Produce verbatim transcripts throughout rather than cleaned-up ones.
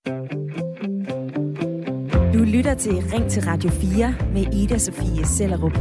Du lytter til Ring til Radio fire med Ida Sofie Sellerup.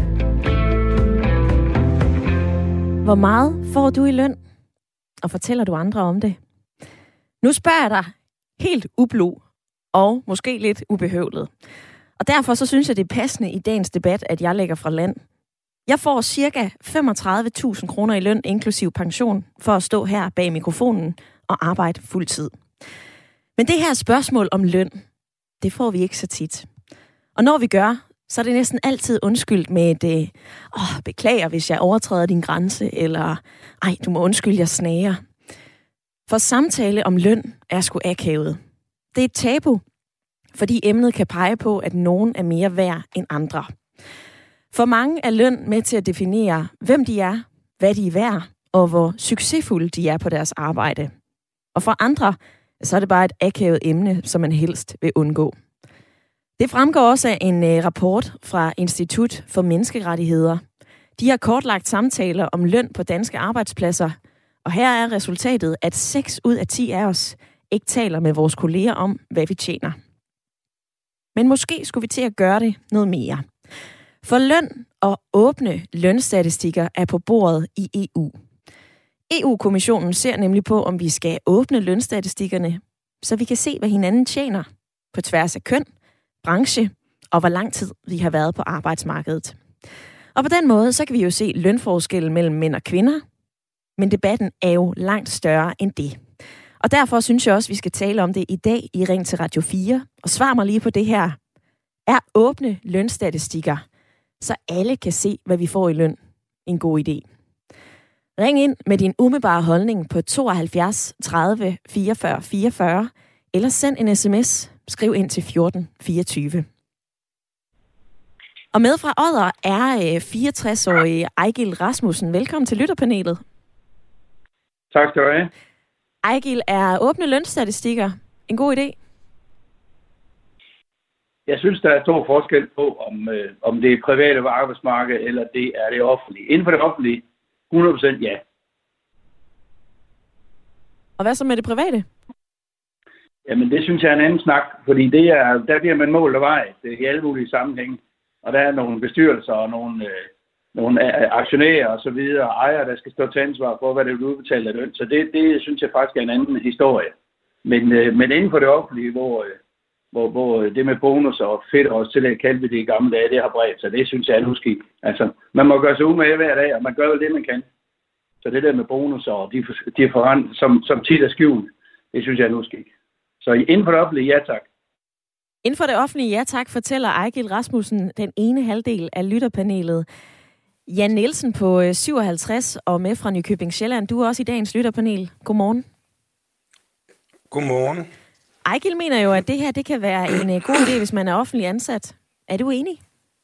Hvor meget får du i løn? Og fortæller du andre om det? Nu spørger jeg dig helt ublu og måske lidt ubehøvlet. Og derfor så synes jeg, det er passende i dagens debat, at jeg lægger fra land. Jeg får cirka femogtredive tusind kroner i løn, inklusiv pension, for at stå her bag mikrofonen og arbejde fuldtid. Men det her spørgsmål om løn, det får vi ikke så tit. Og når vi gør, så er det næsten altid undskyldt med et, åh, beklager, hvis jeg overtræder din grænse, eller ej, du må undskylde, jeg snager. For samtale om løn er sgu akavet. Det er et tabu, fordi emnet kan pege på, at nogen er mere værd end andre. For mange er løn med til at definere, hvem de er, hvad de er værd, og hvor succesfulde de er på deres arbejde. Og for andre, så er det bare et akavet emne, som man helst vil undgå. Det fremgår også af en uh, rapport fra Institut for Menneskerettigheder. De har kortlagt samtaler om løn på danske arbejdspladser, og her er resultatet, at seks ud af ti af os ikke taler med vores kolleger om, hvad vi tjener. Men måske skulle vi til at gøre det noget mere. For løn og åbne lønstatistikker er på bordet i E U. E U-kommissionen ser nemlig på, om vi skal åbne lønstatistikkerne, så vi kan se, hvad hinanden tjener på tværs af køn, branche og hvor lang tid vi har været på arbejdsmarkedet. Og på den måde, så kan vi jo se lønforskellen mellem mænd og kvinder, men debatten er jo langt større end det. Og derfor synes jeg også, vi skal tale om det i dag i Ring til Radio fire, og svar mig lige på det her. Er åbne lønstatistikker, så alle kan se, hvad vi får i løn, en god idé? Ring ind med din umiddelbare holdning på tooghalvfjerds tredive fireogfyrre fireogfyrre, eller send en sms. Skriv ind til fjorten fireogtyve. Og med fra Odder er fireogtres-årige Ejgil Rasmussen. Velkommen til lytterpanelet. Tak skal du have. Ejgil, er åbne lønstatistikker en god idé? Jeg synes, der er stor forskel på, om, øh, om det er private arbejdsmarked, eller det er det offentlige. Inden for det offentlige, hundrede procent ja. Og hvad så med det private? Jamen, det synes jeg er en anden snak, fordi det er, der bliver man målt og vejet i alle mulige sammenhænge. Og der er nogle bestyrelser og nogle, øh, nogle aktionærer og så videre, ejere, der skal stå til ansvar for, hvad det vil udbetale af løn. Så det, det synes jeg faktisk er en anden historie. Men, øh, men inden for det offentlige, hvor, øh, hvor, hvor det med bonus og fedt og tillæg kaldte vi det i gamle dage, det har bredt sig. Det synes jeg er en uskik. Altså, man må gøre sig umage hver dag, og man gør jo det, man kan. Så det der med bonus og de, de forrent, som, som tit er skjult, det synes jeg er en uskik. Så inden for det offentlige, ja tak. Inden for det offentlige, ja tak, fortæller Ejgil Rasmussen, den ene halvdel af lytterpanelet. Jan Nielsen på syvoghalvtreds og med fra Nykøbing Sjælland. Du er også i dagens lytterpanel. Godmorgen. Godmorgen. Ejgil mener jo, at det her det kan være en god idé, hvis man er offentlig ansat. Er du enig?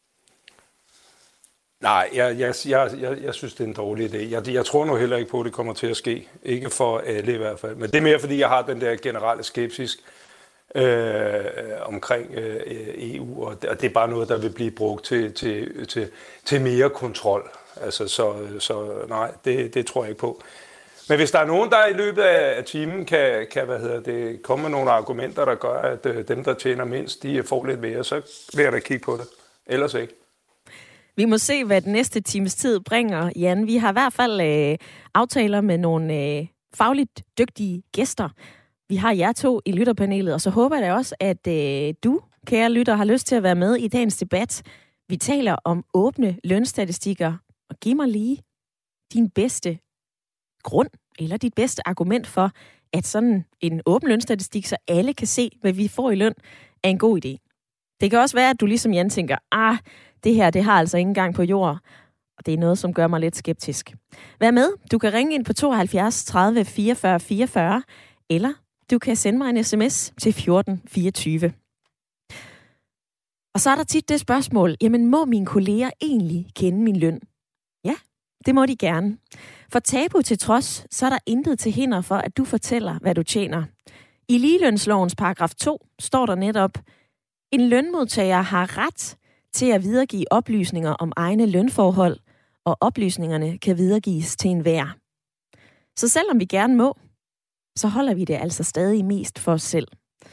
Nej, jeg, jeg, jeg, jeg, jeg synes, det er en dårlig idé. Jeg, jeg tror nu heller ikke på, at det kommer til at ske. Ikke for alle i hvert fald. Men det er mere, fordi jeg har den der generelle skepsis øh, omkring øh, E U, og det, og det er bare noget, der vil blive brugt til, til, til, til mere kontrol. Altså, så, så nej, det, det tror jeg ikke på. Men hvis der er nogen, der i løbet af timen kan, kan hvad hedder det, komme med nogle argumenter, der gør, at øh, dem, der tjener mindst, de får lidt mere, så vil jeg da kigge på det. Ellers ikke. Vi må se, hvad den næste times tid bringer, Jan. Vi har i hvert fald øh, aftaler med nogle øh, fagligt dygtige gæster. Vi har jer to i lytterpanelet, og så håber jeg da også, at øh, du, kære lytter, har lyst til at være med i dagens debat. Vi taler om åbne lønstatistikker, og giv mig lige din bedste grund, eller dit bedste argument for, at sådan en åben lønstatistik, så alle kan se, hvad vi får i løn, er en god idé. Det kan også være, at du ligesom Jan tænker, ah, det her, det har altså ingen gang på jord. Og det er noget, som gør mig lidt skeptisk. Vær med. Du kan ringe ind på tooghalvfjerds tredive fireogfyrre fireogfyrre, eller du kan sende mig en sms til fjorten fireogtyve. Og så er der tit det spørgsmål, jamen må mine kolleger egentlig kende min løn? Ja, det må de gerne. For tabu til trods, så er der intet til hinder for, at du fortæller, hvad du tjener. I ligelønslovens paragraf to står der netop, en lønmodtager har ret til at videregive oplysninger om egne lønforhold, og oplysningerne kan videregives til enhver. Så selvom vi gerne må, så holder vi det altså stadig mest for os selv.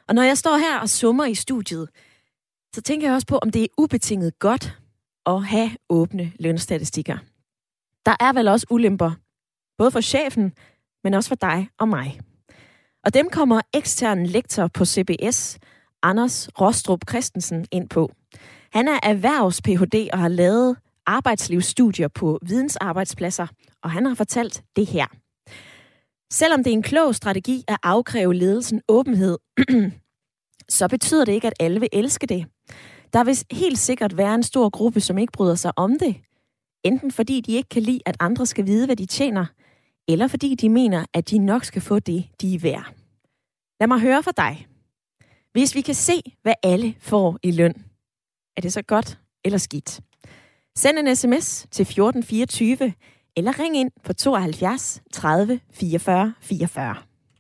Og når jeg står her og summer i studiet, så tænker jeg også på, om det er ubetinget godt at have åbne lønstatistikker. Der er vel også ulemper, både for chefen, men også for dig og mig. Og dem kommer ekstern lektor på C B S, Anders Rostrup Christensen, ind på. Han er erhvervs-P H D og har lavet arbejdslivsstudier på vidensarbejdspladser, og han har fortalt det her. Selvom det er en klog strategi at afkræve ledelsen åbenhed, så betyder det ikke, at alle vil elske det. Der vil helt sikkert være en stor gruppe, som ikke bryder sig om det. Enten fordi de ikke kan lide, at andre skal vide, hvad de tjener, eller fordi de mener, at de nok skal få det, de er værd. Lad mig høre fra dig. Hvis vi kan se, hvad alle får i løn, er det så godt eller skidt? Send en sms til fjorten fireogtyve, eller ring ind på tooghalvfjerds tredive fireogfyrre fireogfyrre.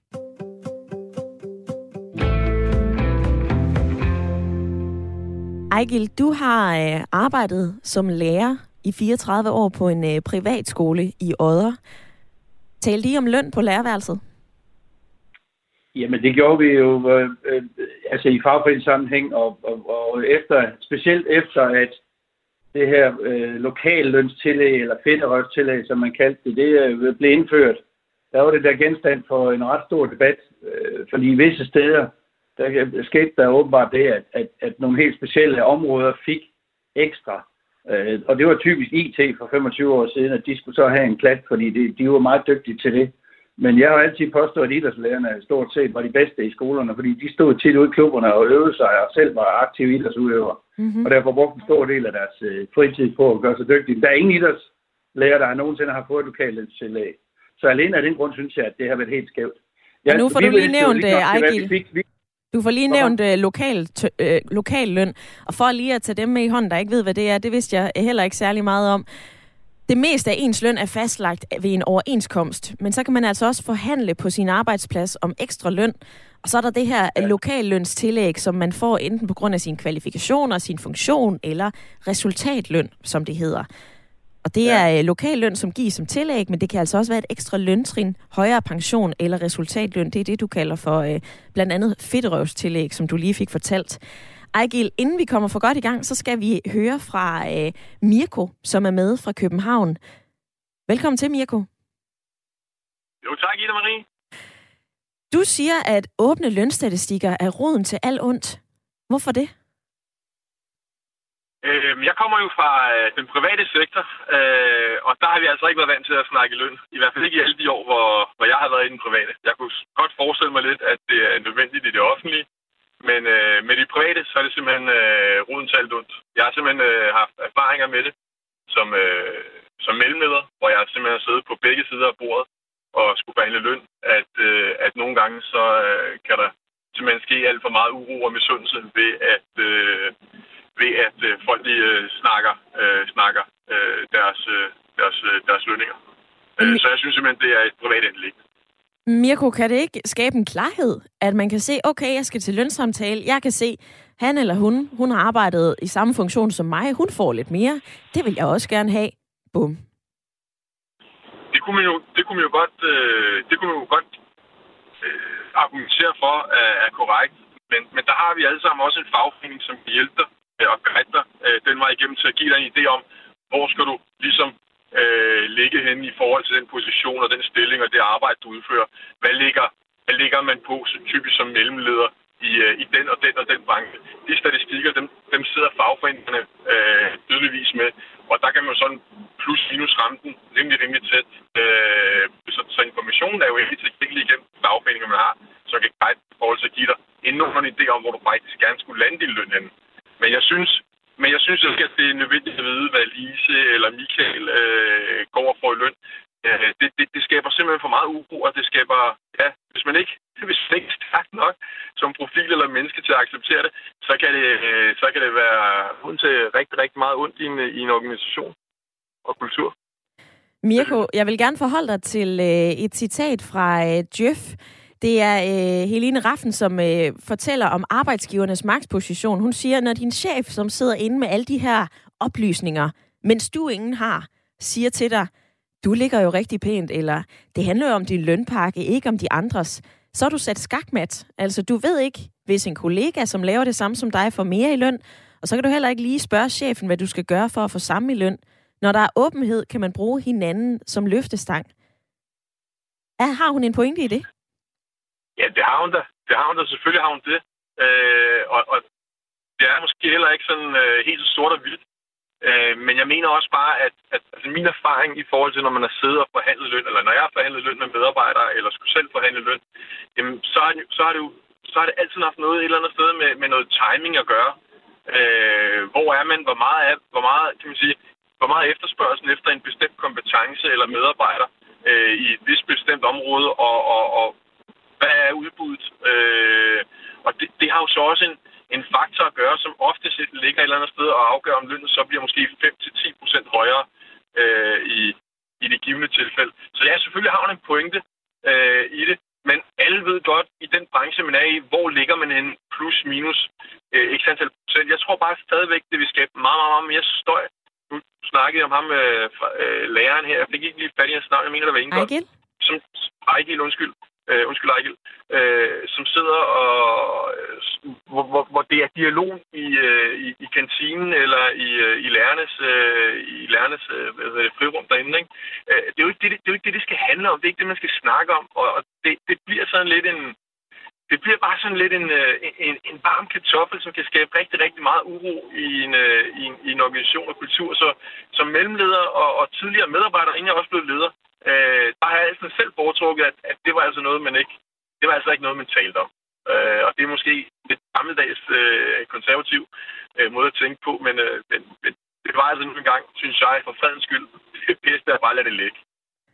Ejgil, du har øh, arbejdet som lærer i fireogtredive år på en øh, privatskole i Odder. Talte I om løn på lærerværelset? Jamen, det gjorde vi jo øh, øh, altså i fagforeningssammenhæng, og, og, og efter, specielt efter, at det her øh, lokallønstillæg, eller fætterøvstillæg, som man kaldte det, det øh, blev indført. Der var det der genstand for en ret stor debat, øh, fordi i visse steder, der skete der åbenbart det, at, at, at nogle helt specielle områder fik ekstra. Øh, og det var typisk I T for femogtyve år siden, at de skulle så have en klat, fordi de, de var meget dygtige til det. Men jeg har altid påstået, at idrætslærerne stort set var de bedste i skolerne, fordi de stod tit ude i klubberne og øvede sig, og selv var aktive idrætsudøvere. Mm-hmm. Og derfor brugte en stor del af deres øh, fritid på at gøre sig dygtige. Der er ingen idrætslærer, der nogensinde har fået et lokallønstillæg. Så alene af den grund synes jeg, at det har været helt skævt. Ja, nu får du lige nævnt, Ejgil. Du får lige nævnt uh, lokal, uh, lokal løn, og for lige at tage dem med i hånden, der ikke ved, hvad det er, det vidste jeg heller ikke særlig meget om. Det meste af ens løn er fastlagt ved en overenskomst, men så kan man altså også forhandle på sin arbejdsplads om ekstra løn, og så er der det her ja. lokallønstillæg, som man får enten på grund af sine kvalifikationer, sin funktion eller resultatløn, som det hedder. Og det er ja. lokalløn, som gives som tillæg, men det kan altså også være et ekstra løntrin, højere pension eller resultatløn. Det er det, du kalder for øh, blandt andet fedterøvstillæg, som du lige fik fortalt. Ejgil, inden vi kommer for godt i gang, så skal vi høre fra øh, Mirko, som er med fra København. Velkommen til, Mirko. Jo, tak, Ida Marie. Du siger, at åbne lønstatistikker er roden til alt ondt. Hvorfor det? Jeg kommer jo fra den private sektor, og der har vi altså ikke været vant til at snakke løn. I hvert fald ikke i alle de år, hvor, hvor jeg har været i den private. Jeg kunne godt forestille mig lidt, at det er nødvendigt i det offentlige. Men med de private, så er det simpelthen roden til alt ondt. Jeg har simpelthen haft erfaringer med det som, som mellemleder, hvor jeg simpelthen har siddet på begge sider af bordet og skulle behandle løn. At, at nogle gange så kan der simpelthen ske alt for meget uro og misundelse ved at... ved at øh, folk de, øh, snakker, øh, snakker øh, deres, øh, deres, øh, deres lønninger. Mm. Så jeg synes simpelthen, det er et privat anliggende. Mirko, kan det ikke skabe en klarhed, at man kan se, okay, jeg skal til lønsamtale, jeg kan se, han eller hun, hun har arbejdet i samme funktion som mig, hun får lidt mere, det vil jeg også gerne have. Bum. Det kunne man jo, det kunne man jo godt, øh, det kunne man jo godt øh, argumentere for er, er korrekt, men, men der har vi alle sammen også en fagforening, som kan hjælpe dig og guide dig øh, den vej igennem til at give dig en idé om, hvor skal du ligesom øh, ligge henne i forhold til den position og den stilling og det arbejde, du udfører. Hvad ligger, hvad ligger man på så typisk som mellemleder i, øh, i den og den og den branche? De statistikker, dem, dem sidder fagforeningerne øh, tydeligvis med, og der kan man sådan plus-minus ramme den rimelig, rimelig tæt. Øh, så, så informationen er jo egentlig tilgængelig igennem fagforeninger, man har, så kan guide i forhold til at give dig en nogenlunde idé om, hvor du faktisk gerne skulle lande din løn henne. Men jeg synes, men jeg synes ikke, at det er nødvendigt at vide, hvad Lise eller Michael øh, går for i løn. Øh, det, det, det skaber simpelthen for meget uro, og det skaber, ja, hvis man ikke, hvis man ikke er stærk nok som profil eller menneske til at acceptere det, så kan det, øh, så kan det være uden til rigtig, rigtig meget ondt i en, i en organisation og kultur. Mirko, jeg vil gerne forholde dig til øh, et citat fra øh, Djøf. Det er øh, Helene Raffen, som øh, fortæller om arbejdsgivernes magtposition. Hun siger, når din chef, som sidder inde med alle de her oplysninger, mens du ingen har, siger til dig, du ligger jo rigtig pænt, eller det handler jo om din lønpakke, ikke om de andres, så er du sat skakmat. Altså, du ved ikke, hvis en kollega, som laver det samme som dig, får mere i løn, og så kan du heller ikke lige spørge chefen, hvad du skal gøre for at få samme i løn. Når der er åbenhed, kan man bruge hinanden som løftestang. Har hun en pointe i det? Ja, det har hun da. Det har hun da. Selvfølgelig har hun det. Øh, og, og det er måske heller ikke sådan øh, helt så sort og hvidt. Øh, men jeg mener også bare, at, at altså min erfaring i forhold til, når man har siddet og forhandlet løn, eller når jeg har forhandlet løn med medarbejdere, eller skulle selv forhandle løn, jamen, så, er det, så, er det jo, så har det altid haft noget et eller andet sted med, med noget timing at gøre. Øh, hvor er man? Hvor meget er, hvor meget, kan man sige, hvor meget efterspørgsel efter en bestemt kompetence eller medarbejder øh, i et vist bestemt område, og, og, og hvad er udbuddet? Øh, og det, det har jo så også en, en faktor at gøre, som ofte ligger et eller andet sted og afgør, om lønnen så bliver måske fem til ti procent højere øh, i, i det givne tilfælde. Så ja, selvfølgelig har man en pointe øh, i det, men alle ved godt, i den branche, man er i, hvor ligger man en plus minus øh, x antal procent. Jeg tror bare stadigvæk, det vil skabe meget, meget, meget mere støj. Nu snakkede jeg om ham, øh, fra, øh, læreren her. Jeg fik ikke lige fat i hans navn. Jeg mener, der var Ingolf. Ejgil? Som, Ejgil, undskyld. Uh, undskyld, Ejgil. Uh, som sidder og... Uh, hvor, hvor, hvor det er dialog i, uh, i, i kantinen eller i, uh, i lærernes, uh, i lærernes uh, frirum derinde. Ikke? Uh, det, er jo ikke det, det er jo ikke det, det skal handle om. Det er ikke det, man skal snakke om. Og, og det, det bliver sådan lidt en... Det bliver bare sådan lidt en, en, en varm kartoffel, som kan skabe rigtig, rigtig meget uro i en, i en, i en organisation og kultur. Så som mellemleder og, og tidligere medarbejder, inden jeg også blev leder, øh, der har jeg altid selv foretrukket, at, at det var altså noget, man ikke, det var altså ikke noget, man talte om. Øh, og det er måske lidt gammeldags øh, konservativ øh, måde at tænke på, men, øh, men, men det var altså nu en gang, synes jeg, for fredens skyld, det bedste er bare at lade det ligge.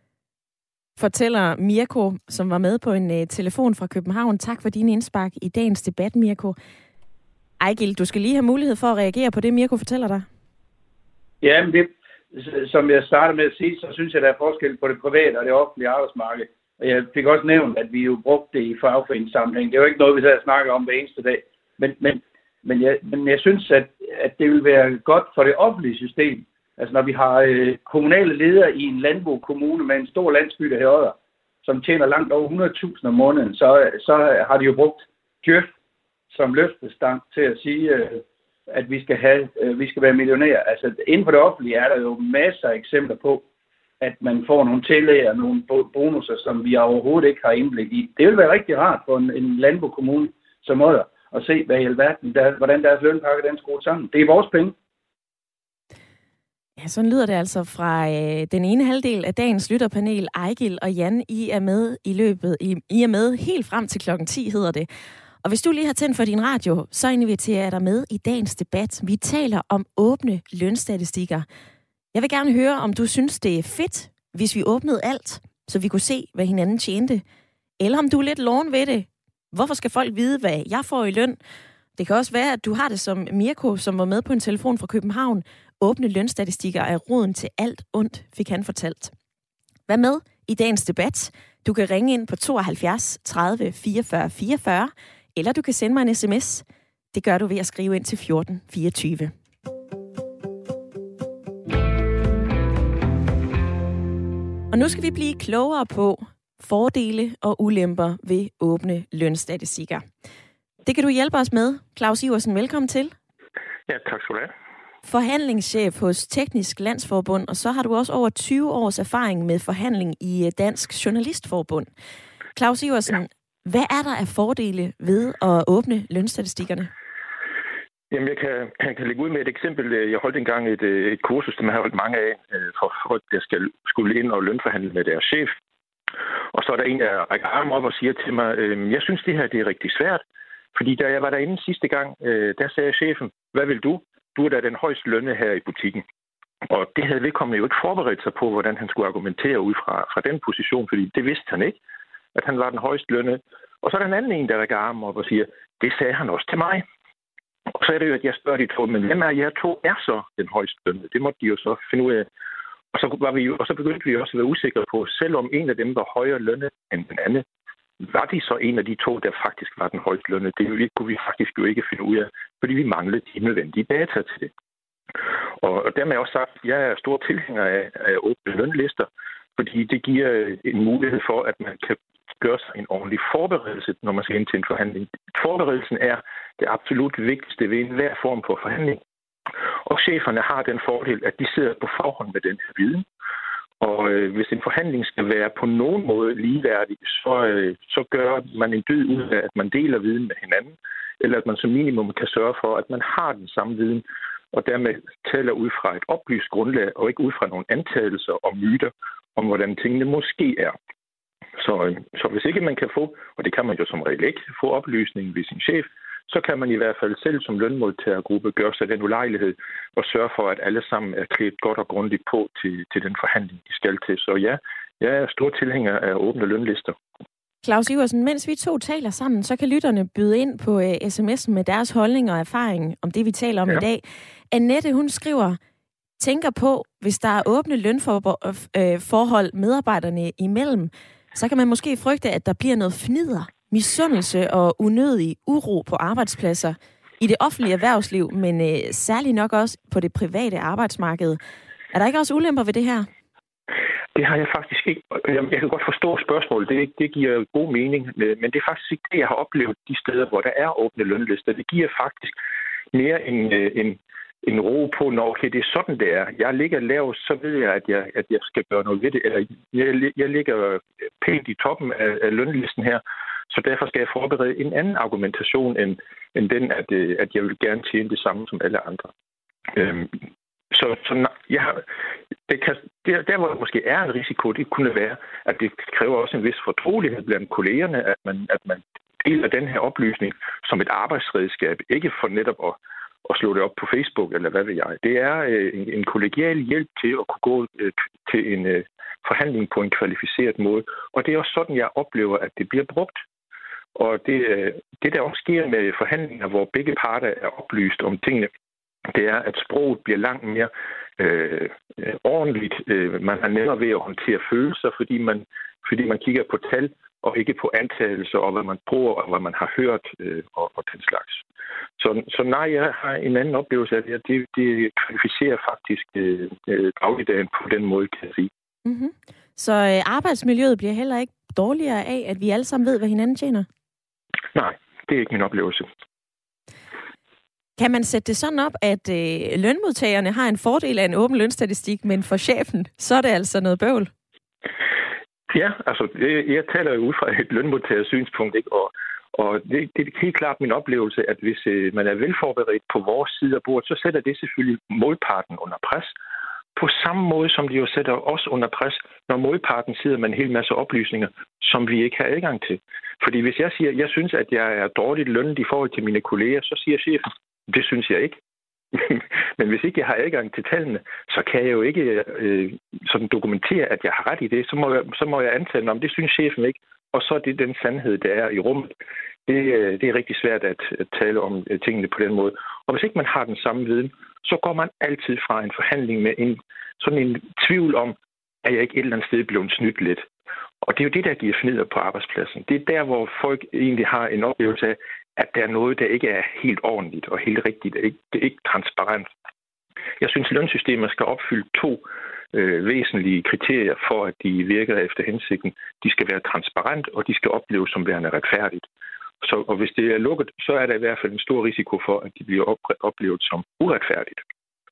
Fortæller Mirko, som var med på en uh, telefon fra København. Tak for din indspark i dagens debat, Mirko. Ejgil, du skal lige have mulighed for at reagere på det, Mirko fortæller dig. Ja, men det, som jeg startede med at sige, så synes jeg, der er forskel på det private og det offentlige arbejdsmarked. Og jeg fik også nævnt, at vi jo brugte det i fagforeningssammenhæng. Det er jo ikke noget, vi sidder og snakker om hver eneste dag. Men, men, men, jeg, men jeg synes, at, at det vil være godt for det offentlige system. Altså når vi har øh, kommunale ledere i en landbrugskommune med en stor landsby, der hedder, som tjener langt over hundrede tusind om måneden, så, så har de jo brugt Djøf som løftestang til at sige, øh, at vi skal, have, øh, vi skal være millionærer. Altså inden for det offentlige er der jo masser af eksempler på, at man får nogle tillæg og nogle bonusser, som vi overhovedet ikke har indblik i. Det vil være rigtig rart for en, en landbrugskommune som Odder at se, hvad i alverden, der, hvordan deres lønpakke den skruer sammen. Det er vores penge. Ja, sådan lyder det altså fra øh, den ene halvdel af dagens lytterpanel. Ejgil og Jan, I er med i løbet. I, I er med helt frem til klokken ti, hedder det. Og hvis du lige har tændt for din radio, så inviterer jeg dig med i dagens debat. Vi taler om åbne lønstatistikker. Jeg vil gerne høre, om du synes, det er fedt, hvis vi åbnede alt, så vi kunne se, hvad hinanden tjente. Eller om du er lidt loven ved det. Hvorfor skal folk vide, hvad jeg får i løn? Det kan også være, at du har det som Mirko, som var med på en telefon fra København. Åbne lønstatistikker er roden til alt ondt, fik han fortalt. Hvad med i dagens debat? Du kan ringe ind på tooghalvfjerds tredive fireogfyrre fireogfyrre, eller du kan sende mig en sms. Det gør du ved at skrive ind til fjorten fireogtyve. Og nu skal vi blive klogere på fordele og ulemper ved åbne lønstatistikker. Det kan du hjælpe os med. Claus Iversen, velkommen til. Ja, tak skal du have. Forhandlingschef hos Teknisk Landsforbund, og så har du også over tyve års erfaring med forhandling i Dansk Journalistforbund. Claus Iversen, ja. Hvad er der af fordele ved at åbne lønstatistikkerne? Jamen, jeg kan, jeg kan lægge ud med et eksempel. Jeg holdt engang et, et kursus, som jeg har holdt mange af, for folk, der skal, skulle ind og lønforhandle med deres chef. Og så er der en, der rækker armen op og siger til mig, øh, jeg synes, det her det er rigtig svært. Fordi da jeg var derinde sidste gang, øh, der sagde chefen, hvad vil du? Du er da den højeste lønne her i butikken. Og det havde vedkommende jo ikke forberedt sig på, hvordan han skulle argumentere ud fra, fra den position, fordi det vidste han ikke, at han var den højeste lønne. Og så er der en anden en, der rækker armen op og siger, det sagde han også til mig. Og så er det jo, at jeg spørger de to, men hvem af jer to er så den højeste lønne? Det måtte de jo så finde ud af. Og så, var vi jo, og så begyndte vi også at være usikre på, selvom en af dem var højere lønne end den anden, var de så en af de to, der faktisk var den højeste lønne? Det kunne vi faktisk jo ikke finde ud af, fordi vi manglede de nødvendige data til det. Og dermed også sagt, at jeg er stor tilhænger af, af åbne lønlister, fordi det giver en mulighed for, at man kan gøre sig en ordentlig forberedelse, når man skal ind til en forhandling. Forberedelsen er det absolut vigtigste ved enhver form for forhandling. Og cheferne har den fordel, at de sidder på forhånd med den her viden. Og øh, hvis en forhandling skal være på nogen måde ligeværdig, så, øh, så gør man en dyd ud af, at man deler viden med hinanden, eller at man som minimum kan sørge for, at man har den samme viden, og dermed taler ud fra et oplyst grundlag, og ikke ud fra nogle antagelser og myter om, hvordan tingene måske er. Så, øh, så hvis ikke man kan få, og det kan man jo som regel ikke, få oplysning ved sin chef, så kan man i hvert fald selv som lønmodtagergruppe gøre sig den ulejlighed og sørge for, at alle sammen er klædt godt og grundigt på til, til den forhandling, de skal til. Så ja, jeg er stor tilhænger af åbne lønlister. Claus Iversen, mens vi to taler sammen, så kan lytterne byde ind på uh, sms'en med deres holdning og erfaring om det, vi taler om ja. i dag. Annette, hun skriver, tænker på, hvis der er åbne lønforhold medarbejderne imellem, så kan man måske frygte, at der bliver noget fnider, misundelse og unødig uro på arbejdspladser i det offentlige erhvervsliv, men øh, særligt nok også på det private arbejdsmarked. Er der ikke også ulemper ved det her? Det har jeg faktisk ikke. Jeg kan godt forstå spørgsmålet. Det, det giver god mening, men det er faktisk ikke det, jeg har oplevet de steder, hvor der er åbne lønlister. Det giver faktisk mere en, en, en ro på, når okay, det er sådan, det er. Jeg ligger lavt, så ved jeg, at jeg, at jeg skal gøre noget ved det. Eller jeg, jeg ligger pænt i toppen af, af lønlisten her, så derfor skal jeg forberede en anden argumentation end, end den, at, at jeg vil gerne tjene det samme som alle andre. Øhm, så så jeg har, det kan, der, der, hvor der måske er en risiko, det kunne være, at det kræver også en vis fortrolighed blandt kollegerne, at man, at man deler den her oplysning som et arbejdsredskab, ikke for netop at, at slå det op på Facebook, eller hvad ved jeg. Det er øh, en, en kollegial hjælp til at kunne gå øh, til en øh, forhandling på en kvalificeret måde. Og det er også sådan, jeg oplever, at det bliver brugt. Og det, det, der også sker med forhandlinger, hvor begge parter er oplyst om tingene, det er, at sproget bliver langt mere øh, ordentligt. Man har nemmere ved at håndtere følelser, fordi man, fordi man kigger på tal og ikke på antagelser, og hvad man bruger, og hvad man har hørt, øh, og, og den slags. Så, så nej, jeg har en anden oplevelse af det. Det, det kvalificerer faktisk øh, dagligdagen på den måde, kan jeg sige. Mm-hmm. Så øh, arbejdsmiljøet bliver heller ikke dårligere af, at vi alle sammen ved, hvad hinanden tjener? Nej, det er ikke min oplevelse. Kan man sætte det sådan op, at øh, lønmodtagerne har en fordel af en åben lønstatistik, men for chefen, så er det altså noget bøvl? Ja, altså, jeg, jeg taler jo ud fra et lønmodtagersynspunkt, ikke? Og, og det, det er helt klart min oplevelse, at hvis øh, man er velforberedt på vores side af bordet, så sætter det selvfølgelig modparten under pres. På samme måde, som de jo sætter os under pres, når modparten sidder med en hel masse oplysninger, som vi ikke har adgang til. Fordi hvis jeg siger, at jeg synes, at jeg er dårligt lønnet i forhold til mine kolleger, så siger chefen, det synes jeg ikke. Men hvis ikke jeg har adgang til tallene, så kan jeg jo ikke øh, sådan dokumentere, at jeg har ret i det. Så må jeg, så må jeg antage, om det synes chefen ikke. Og så er det den sandhed, der er i rummet. Det, det er rigtig svært at, at tale om tingene på den måde. Og hvis ikke man har den samme viden, så går man altid fra en forhandling med en, sådan en tvivl om, at jeg ikke et eller andet sted blevet snydt lidt. Og det er jo det, der giver fnider på arbejdspladsen. Det er der, hvor folk egentlig har en oplevelse af, at der er noget, der ikke er helt ordentligt og helt rigtigt. Det er ikke, det er ikke transparent. Jeg synes, lønsystemer skal opfylde to øh, væsentlige kriterier for, at de virker efter hensigten. De skal være transparent, og de skal opleves som værende retfærdigt. Så, og hvis det er lukket, så er der i hvert fald en stor risiko for, at de bliver oplevet som uretfærdigt.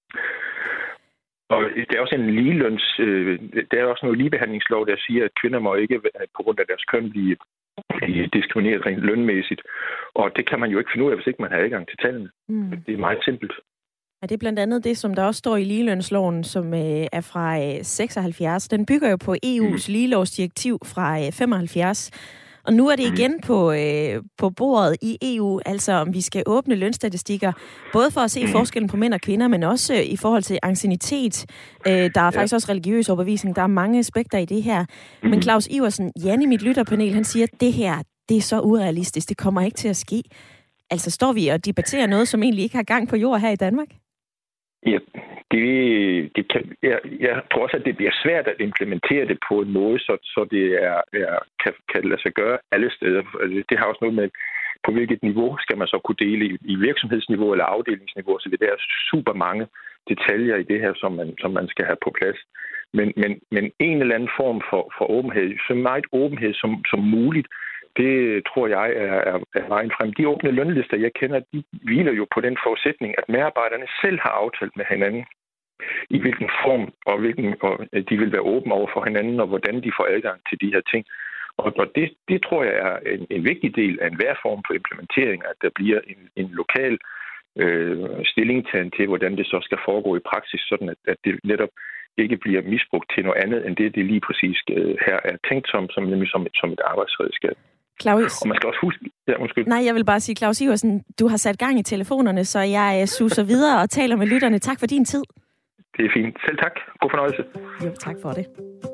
Og der er også en ligeløns, øh, der er også noget ligebehandlingslov, der siger, at kvinder må ikke på grund af deres køn blive, blive diskrimineret rent lønmæssigt. Og det kan man jo ikke finde ud af, hvis ikke man har adgang til tallene. Mm. Det er meget simpelt. Ja, det er blandt andet det, som der også står i ligelønsloven, som øh, er fra øh, seksoghalvfjerds. Den bygger jo på E U's mm. ligelovsdirektiv fra øh, femoghalvfjerds. Og nu er det igen på, øh, på bordet i E U, altså om vi skal åbne lønstatistikker, både for at se forskellen på mænd og kvinder, men også øh, i forhold til anciennitet. Øh, der er faktisk ja. også religiøs overbevisning. Der er mange aspekter i det her. Men Claus Iversen, Jan i mit lytterpanel, han siger, at det her, det er så urealistisk. Det kommer ikke til at ske. Altså står vi og debatterer noget, som egentlig ikke har gang på jord her i Danmark? Ja, det, det kan, jeg, jeg tror også, at det bliver svært at implementere det på en måde, så, så det er, er, kan, kan lade sig gøre alle steder. Det har også noget med, på hvilket niveau skal man så kunne dele i, i virksomhedsniveau eller afdelingsniveau, så det er super mange detaljer i det her, som man, som man skal have på plads. Men, men, men en eller anden form for, for åbenhed, så meget åbenhed som, som muligt, det tror jeg er, er, er vejen frem. De åbne lønlister, jeg kender, de hviler jo på den forudsætning, at medarbejderne selv har aftalt med hinanden, i hvilken form og hvilken og de vil være åbne over for hinanden, og hvordan de får adgang til de her ting. Og, og det, det tror jeg er en, en vigtig del af enhver form for implementering, at der bliver en, en lokal øh, stillingtagen til, hvordan det så skal foregå i praksis, sådan at, at det netop ikke bliver misbrugt til noget andet, end det, det lige præcis øh, her er tænkt som, som, nemlig som, et, som et arbejdsredskab. Claus. Og man skal også huske... Ja, undskyld. Nej, jeg vil bare sige, Claus Iversen, du har sat gang i telefonerne, så jeg suser videre og taler med lytterne. Tak for din tid. Det er fint. Selv tak. God fornøjelse. Jo, tak for det.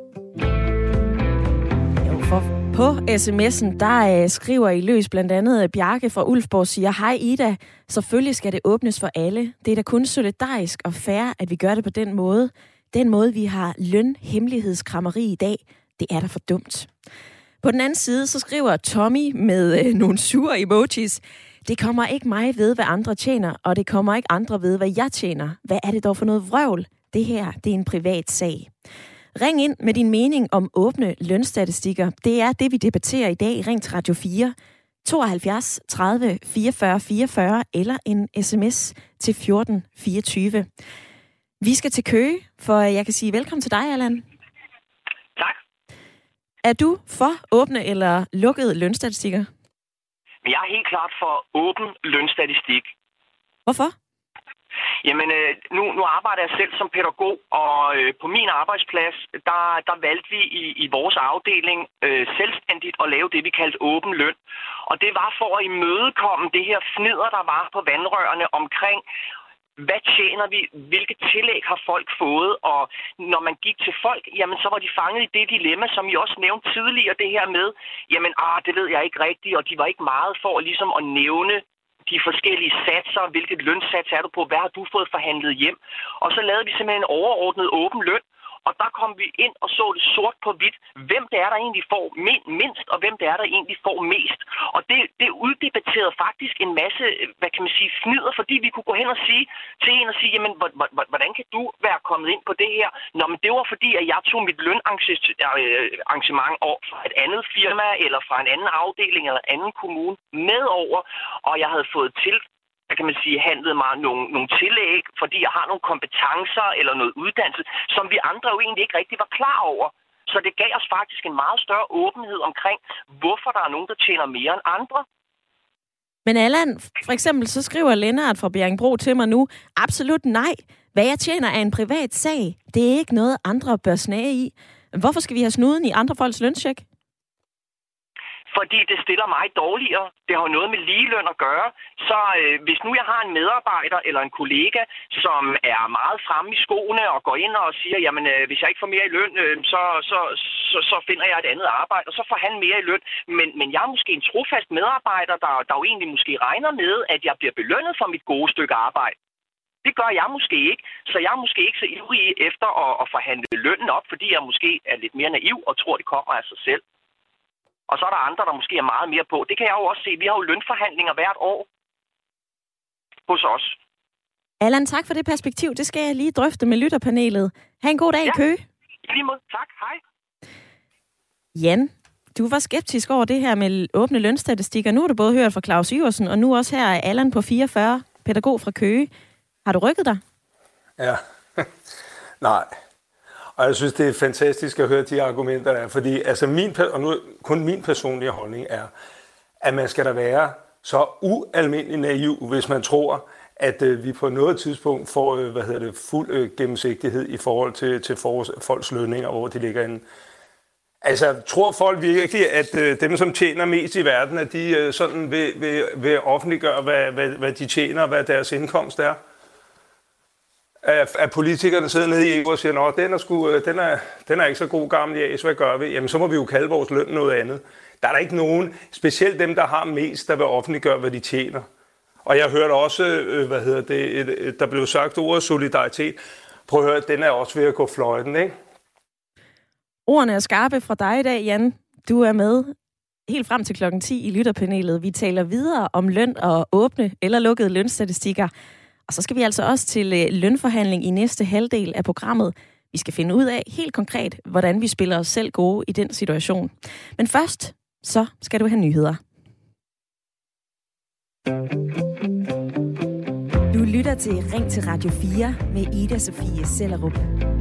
Jo, for på sms'en, der øh, skriver I løs blandt andet Bjarke fra Ulfborg siger, hej Ida, selvfølgelig skal det åbnes for alle. Det er da kun solidarisk og fair, at vi gør det på den måde. Den måde, vi har lønhemmelighedskrammeri i dag, det er da for dumt. På den anden side, så skriver Tommy med øh, nogle sure emojis. Det kommer ikke mig ved, hvad andre tjener, og det kommer ikke andre ved, hvad jeg tjener. Hvad er det dog for noget vrøvl? Det her, det er en privat sag. Ring ind med din mening om åbne lønstatistikker. Det er det, vi debatterer i dag. Ring til Radio fire tooghalvfjerds tredive fireogfyrre fireogfyrre eller en sms til fjorten fireogtyve. Vi skal til Køge, for jeg kan sige velkommen til dig, Allan. Tak. Er du for åbne eller lukkede lønstatistikker? Jeg er helt klart for åben lønstatistik. Hvorfor? Jamen, nu, nu arbejder jeg selv som pædagog, og øh, på min arbejdsplads, der, der valgte vi i, i vores afdeling øh, selvstændigt at lave det, vi kaldte åben løn. Og det var for at imødekomme det her fnidder, der var på vandrørene omkring, hvad tjener vi, hvilke tillæg har folk fået, og når man gik til folk, jamen så var de fanget i det dilemma, som I også nævnte tidligere, det her med, jamen ah, det ved jeg ikke rigtigt, og de var ikke meget for ligesom at nævne de forskellige satser, hvilket lønsats er du på, hvad har du fået forhandlet hjem, og så lavede vi simpelthen en overordnet åben løn, og der kom vi ind og så det sort på hvidt, hvem det er, der egentlig får mindst, og hvem det er, der egentlig får mest. Og det, det uddebatterede faktisk en masse, hvad kan man sige, fnider, fordi vi kunne gå hen og sige til en og sige, jamen, hvordan kan du være kommet ind på det her? Nå, men det var fordi, at jeg tog mit lønarrangement over fra et andet firma, eller fra en anden afdeling, eller en anden kommune med over, og jeg havde fået til kan man sige, handlede mig nogle, nogle tillæg, fordi jeg har nogle kompetencer eller noget uddannelse, som vi andre jo egentlig ikke rigtig var klar over. Så det gav os faktisk en meget større åbenhed omkring, hvorfor der er nogen, der tjener mere end andre. Men Allan, for eksempel så skriver Lennart fra Bjerringbro til mig nu, absolut nej. Hvad jeg tjener er en privat sag. Det er ikke noget, andre bør snage i. Hvorfor skal vi have snuden i andre folks løncheck? Fordi det stiller mig dårligere. Det har noget med ligeløn at gøre. Så øh, hvis nu jeg har en medarbejder eller en kollega, som er meget fremme i skoene og går ind og siger, jamen øh, hvis jeg ikke får mere i løn, øh, så, så, så, så finder jeg et andet arbejde, og så får han mere i løn. Men, men jeg er måske en trofast medarbejder, der, der jo egentlig måske regner med, at jeg bliver belønnet for mit gode stykke arbejde. Det gør jeg måske ikke, så jeg er måske ikke så ivrig efter at, at forhandle lønnen op, fordi jeg måske er lidt mere naiv og tror, det kommer af sig selv. Og så er der andre, der måske er meget mere på. Det kan jeg jo også se. Vi har jo lønforhandlinger hvert år hos os. Allan, tak for det perspektiv. Det skal jeg lige drøfte med lytterpanelet. Ha' en god dag, ja. I Køge. I lige måde. Tak. Hej. Jan, du var skeptisk over det her med åbne lønstatistikker. Nu har du både hørt fra Claus Iversen, og nu også her er Allan på fireogfyrre, pædagog fra Køge. Har du rykket dig? Ja. Nej. Og jeg synes, det er fantastisk at høre de argumenter, der er. Fordi altså min, og nu kun min personlige holdning er, at man skal da være så ualmindelig naiv, hvis man tror, at øh, vi på noget tidspunkt får øh, hvad hedder det, fuld øh, gennemsigtighed i forhold til, til for, folks lønninger, hvor de ligger inde. Altså, tror folk virkelig, at øh, dem, som tjener mest i verden, at de øh, sådan vil, vil, vil offentliggøre, hvad, hvad, hvad de tjener, hvad deres indkomst er? At politikerne sidder nede i E U og siger, at den er, sgu, den, er, den er ikke så god gammel jæs, hvad gør vi? Jamen, så må vi jo kalde vores løn noget andet. Der er der ikke nogen, specielt dem, der har mest, der vil offentliggøre, hvad de tjener. Og jeg hørte også, hvad hedder det, et, et, der blev sagt ordet solidaritet. Prøv at høre, den er også ved at gå fløjten, ikke? Ordene er skarpe fra dig i dag, Jan. Du er med helt frem til klokken ti i lytterpanelet. Vi taler videre om løn og åbne eller lukkede lønstatistikker. Og så skal vi altså også til lønforhandling i næste halvdel af programmet. Vi skal finde ud af helt konkret, hvordan vi spiller os selv gode i den situation. Men først, så skal du have nyheder. Du lytter til Ring til Radio fire med Ida Sofie Sellerup.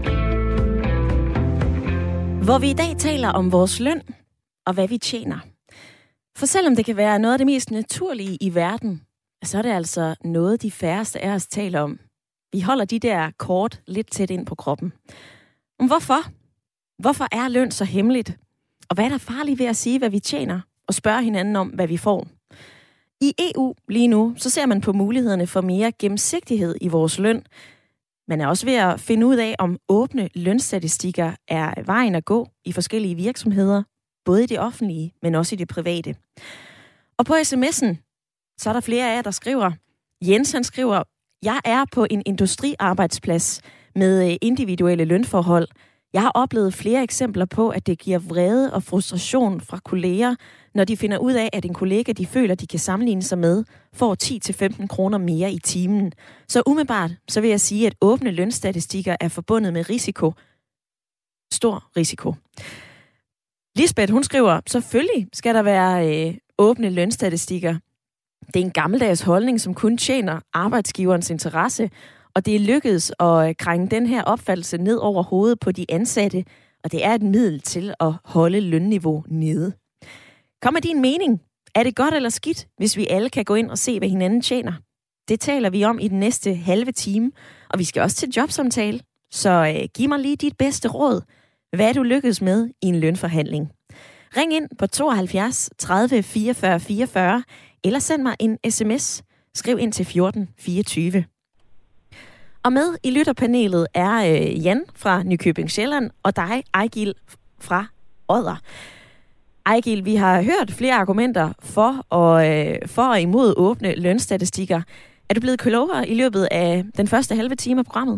Hvor vi i dag taler om vores løn og hvad vi tjener. For selvom det kan være noget af det mest naturlige i verden, så er det altså noget, de færreste af os taler om. Vi holder de der kort lidt tæt ind på kroppen. Men hvorfor? Hvorfor er løn så hemmeligt? Og hvad er der farligt ved at sige, hvad vi tjener, og spørge hinanden om, hvad vi får? I E U lige nu, så ser man på mulighederne for mere gennemsigtighed i vores løn. Man er også ved at finde ud af, om åbne lønstatistikker er vejen at gå i forskellige virksomheder, både i det offentlige, men også i det private. Og på sms'en, så er der flere af jer, der skriver. Jens, han skriver, jeg er på en industriarbejdsplads med individuelle lønforhold. Jeg har oplevet flere eksempler på, at det giver vrede og frustration fra kolleger, når de finder ud af, at en kollega, de føler, de kan sammenligne sig med, får ti til femten kroner mere i timen. Så umiddelbart, så vil jeg sige, at åbne lønstatistikker er forbundet med risiko. Stor risiko. Lisbeth, hun skriver, selvfølgelig skal der være øh, åbne lønstatistikker. Det er en gammeldags holdning, som kun tjener arbejdsgiverens interesse, og det er lykkedes at krænge den her opfattelse ned over hovedet på de ansatte, og det er et middel til at holde lønniveau nede. Kom med din mening. Er det godt eller skidt, hvis vi alle kan gå ind og se, hvad hinanden tjener? Det taler vi om i den næste halve time, og vi skal også til jobsamtale. Så øh, giv mig lige dit bedste råd. Hvad er du lykkedes med i en lønforhandling? Ring ind på tooghalvfjerds tredive fireogfyrre fireogfyrre, eller send mig en sms. Skriv ind til fjorten fireogtyve. Og med i lytterpanelet er øh, Jan fra Nykøbing Sjælland, og dig, Ejgil fra Odder. Ejgil, vi har hørt flere argumenter for og, øh, for og imod åbne lønstatistikker. Er du blevet klogere i løbet af den første halve time af programmet?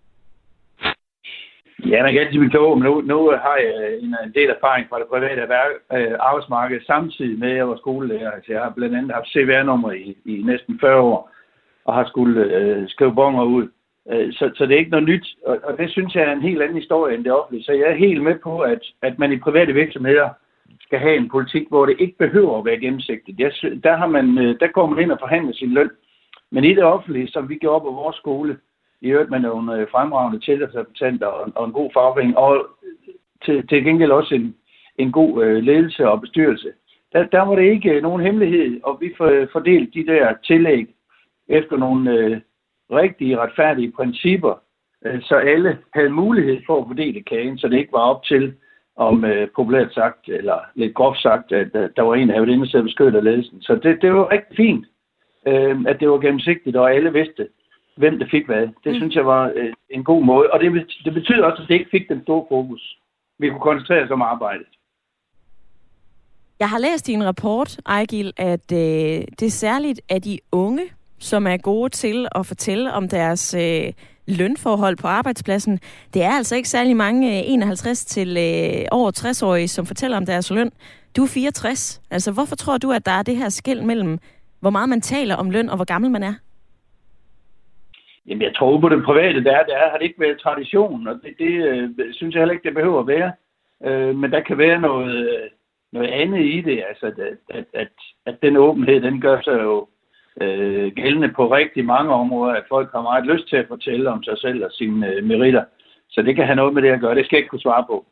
Ja, man kan altid blive klogere, men nu, nu har jeg en, en del erfaring fra det private øh, arbejdsmarked, samtidig med, at jeg var skolelærer. Altså, jeg har blandt andet haft C V R-nummer i, i næsten fyrre år, og har skulle øh, skrive bonger ud. Så, så det er ikke noget nyt, og, og det synes jeg er en helt anden historie end det offentlige. Så jeg er helt med på, at, at man i private virksomheder skal have en politik, hvor det ikke behøver at være gennemsigtigt. Jeg, der, har man, der går man ind og forhandler sin løn. Men i det offentlige, som vi gjorde på vores skole, i øvrigt med nogle fremragende tillidsrepræsentanter og, og en god fagforening, og til, til gengæld også en, en god øh, ledelse og bestyrelse, der, der var det ikke nogen hemmelighed, og vi fordelte de der tillæg efter nogle øh, rigtige, retfærdige principper, øh, så alle havde mulighed for at fordele kagen, så det ikke var op til, om øh, populært sagt, eller lidt groft sagt, at øh, der var en, der havde inde til at beskytte ledelsen. Så det, det var rigtig fint, øh, at det var gennemsigtigt, og alle vidste, hvem der fik hvad. Det mm. synes jeg var øh, en god måde. Og det, det betyder også, at det ikke fik den store fokus. Vi kunne koncentrere os om arbejdet. Jeg har læst i en rapport, Ejgil, at øh, det er særligt af de unge, som er gode til at fortælle om deres øh, lønforhold på arbejdspladsen. Det er altså ikke særlig mange øh, enoghalvtreds til øh, over tres-årige, som fortæller om deres løn. Du er fireogtres. Altså, hvorfor tror du, at der er det her skel mellem, hvor meget man taler om løn, og hvor gammel man er? Jamen, jeg tror på det private, der, der har det ikke været tradition, og det, det øh, synes jeg heller ikke, det behøver at være. Øh, men der kan være noget, noget andet i det, altså, at, at, at, at den åbenhed, den gør sig jo øh, gældende på rigtig mange områder, at folk har meget lyst til at fortælle om sig selv og sine øh, meritter. Så det kan have noget med det at gøre. Det skal jeg ikke kunne svare på.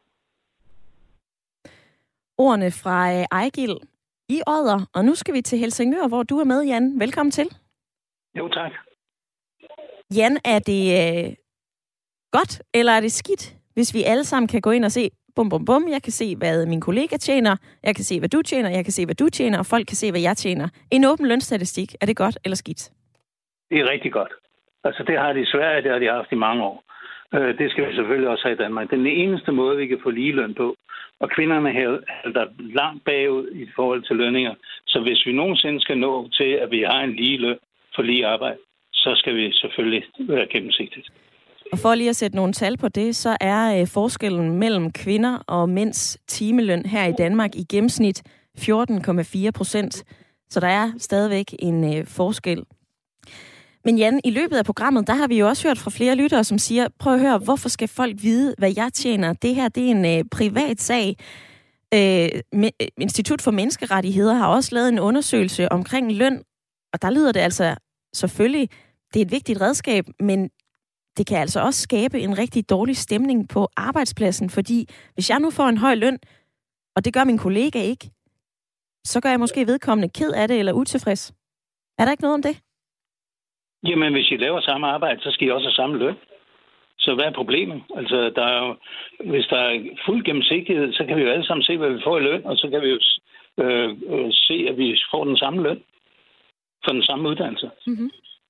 Ordene fra øh, Ejgil i Odder, og nu skal vi til Helsingør, hvor du er med, Jan. Velkommen til. Jo, tak. Jan, er det øh, godt, eller er det skidt, hvis vi alle sammen kan gå ind og se, bum, bum, bum, jeg kan se, hvad min kollega tjener, jeg kan se, hvad du tjener, jeg kan se, hvad du tjener, og folk kan se, hvad jeg tjener. En åben lønstatistik, er det godt eller skidt? Det er rigtig godt. Altså, det har de i Sverige, det har de haft i mange år. Øh, det skal vi selvfølgelig også have i Danmark. Det er den eneste måde, vi kan få ligeløn på. Og kvinderne halter langt bagud i forhold til lønninger. Så hvis vi nogensinde skal nå til, at vi har en lige løn for lige arbejde, så skal vi selvfølgelig være gennemsigtigt. Og for lige at sætte nogle tal på det, så er øh, forskellen mellem kvinder og mænds timeløn her i Danmark i gennemsnit fjorten komma fire procent. Så der er stadigvæk en øh, forskel. Men Jan, i løbet af programmet, der har vi jo også hørt fra flere lyttere, som siger, prøv at høre, hvorfor skal folk vide, hvad jeg tjener? Det her, det er en øh, privat sag. Øh, Institut for Menneskerettigheder har også lavet en undersøgelse omkring løn, og der lyder det altså selvfølgelig, det er et vigtigt redskab, men det kan altså også skabe en rigtig dårlig stemning på arbejdspladsen, fordi hvis jeg nu får en høj løn, og det gør min kollega ikke, så gør jeg måske vedkommende ked af det eller utilfreds. Er der ikke noget om det? Jamen, hvis I laver samme arbejde, så skal I også have samme løn. Så hvad er problemet? Altså, der er jo, hvis der er fuld gennemsigtighed, så kan vi jo alle sammen se, hvad vi får i løn, og så kan vi jo øh, øh, se, at vi får den samme løn for den samme uddannelse. Mm-hmm.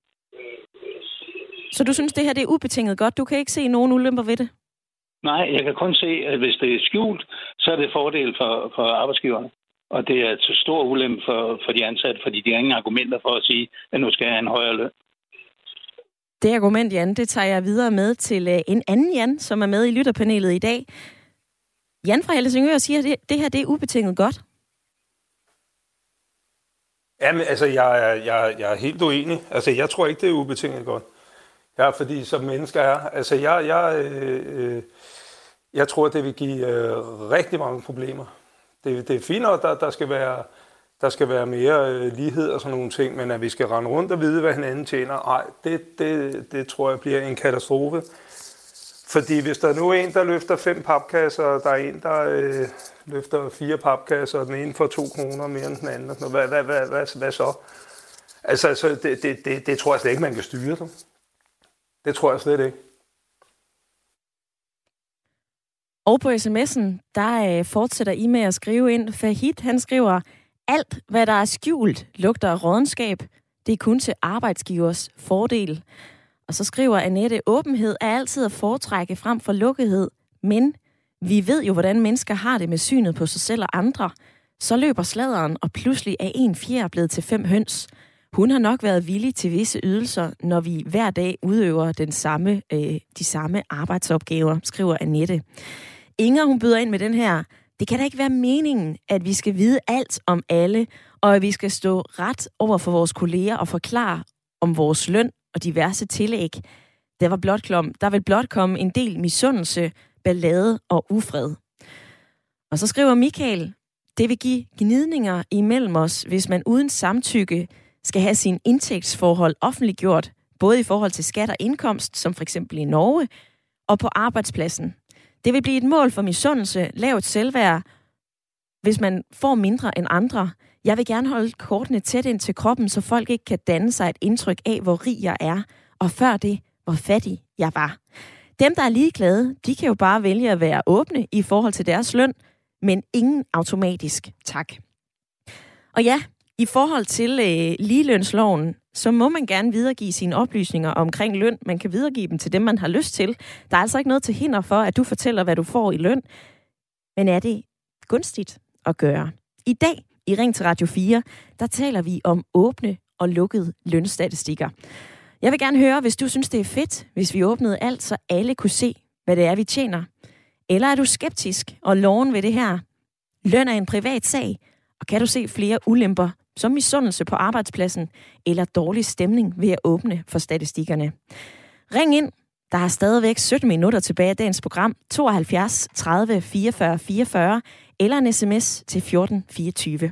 Så du synes, det her det er ubetinget godt? Du kan ikke se nogen ulemper ved det? Nej, jeg kan kun se, at hvis det er skjult, så er det fordel for, for arbejdsgiverne. Og det er til stor ulempe for, for de ansatte, fordi de har ingen argumenter for at sige, at nu skal jeg have en højere løn. Det argument, Jan, det tager jeg videre med til en anden Jan, som er med i lytterpanelet i dag. Jan fra Helsingør siger, at det, det her det er ubetinget godt. Jamen, altså, jeg er, jeg, jeg er helt uenig. Altså, jeg tror ikke, det er ubetinget godt. Ja, fordi som mennesker er, altså, jeg, jeg, øh, øh, jeg tror, det vil give øh, rigtig mange problemer. Det, det er fint, at der, der skal være, der skal være mere øh, lighed og sådan nogle ting, men at vi skal rende rundt og vide, hvad hinanden tjener, ej, det, det, det tror jeg bliver en katastrofe. Fordi hvis der nu er en, der løfter fem papkasser, og der er en, der øh, løfter fire papkasser, og den ene får to kroner mere end den anden, hvad, hvad, hvad, hvad, hvad, hvad så? Altså, altså det, det, det, det tror jeg slet ikke, man kan styre det. Det tror jeg slet ikke. Og på sms'en, der øh, fortsætter I med at skrive ind. Fahid, han skriver, alt hvad der er skjult, lugter af rådenskab. Det er kun til arbejdsgivers fordel. Og så skriver Annette, åbenhed er altid at foretrække frem for lukkethed. Men vi ved jo, hvordan mennesker har det med synet på sig selv og andre. Så løber sladderen, og pludselig er en fjer blevet til fem høns. Hun har nok været villig til visse ydelser, når vi hver dag udøver den samme, øh, de samme arbejdsopgaver, skriver Annette. Inger, hun byder ind med den her. Det kan da ikke være meningen, at vi skal vide alt om alle, og at vi skal stå ret over for vores kolleger og forklare om vores løn og diverse tillæg. Der, var blot klom, der vil blot komme en del misundelse, ballade og ufred. Og så skriver Michael, det vil give gnidninger imellem os, hvis man uden samtykke skal have sin indtægtsforhold offentliggjort, både i forhold til skat og indkomst, som for eksempel i Norge, og på arbejdspladsen. Det vil blive et mål for misundelse, lavt selvværd, hvis man får mindre end andre. Jeg vil gerne holde kortene tæt ind til kroppen, så folk ikke kan danne sig et indtryk af, hvor rig jeg er, og før det, hvor fattig jeg var. Dem, der er ligeglade, de kan jo bare vælge at være åbne i forhold til deres løn, men ingen automatisk tak. Og ja, i forhold til øh, ligelønsloven, så må man gerne videregive sine oplysninger omkring løn. Man kan videregive dem til dem, man har lyst til. Der er altså ikke noget til hinder for, at du fortæller, hvad du får i løn. Men er det gunstigt at gøre? I dag i Ring til Radio fire, der taler vi om åbne og lukkede lønstatistikker. Jeg vil gerne høre, hvis du synes, det er fedt, hvis vi åbnede alt, så alle kunne se, hvad det er, vi tjener. Eller er du skeptisk og loven ved det her? Løn er en privat sag, og kan du se flere ulemper, som misundelse på arbejdspladsen eller dårlig stemning ved at åbne for statistikkerne? Ring ind. Der er stadigvæk sytten minutter tilbage af dagens program. tooghalvfjerds tredive fireogfyrre fireogfyrre eller en sms til fjorten fireogtyve.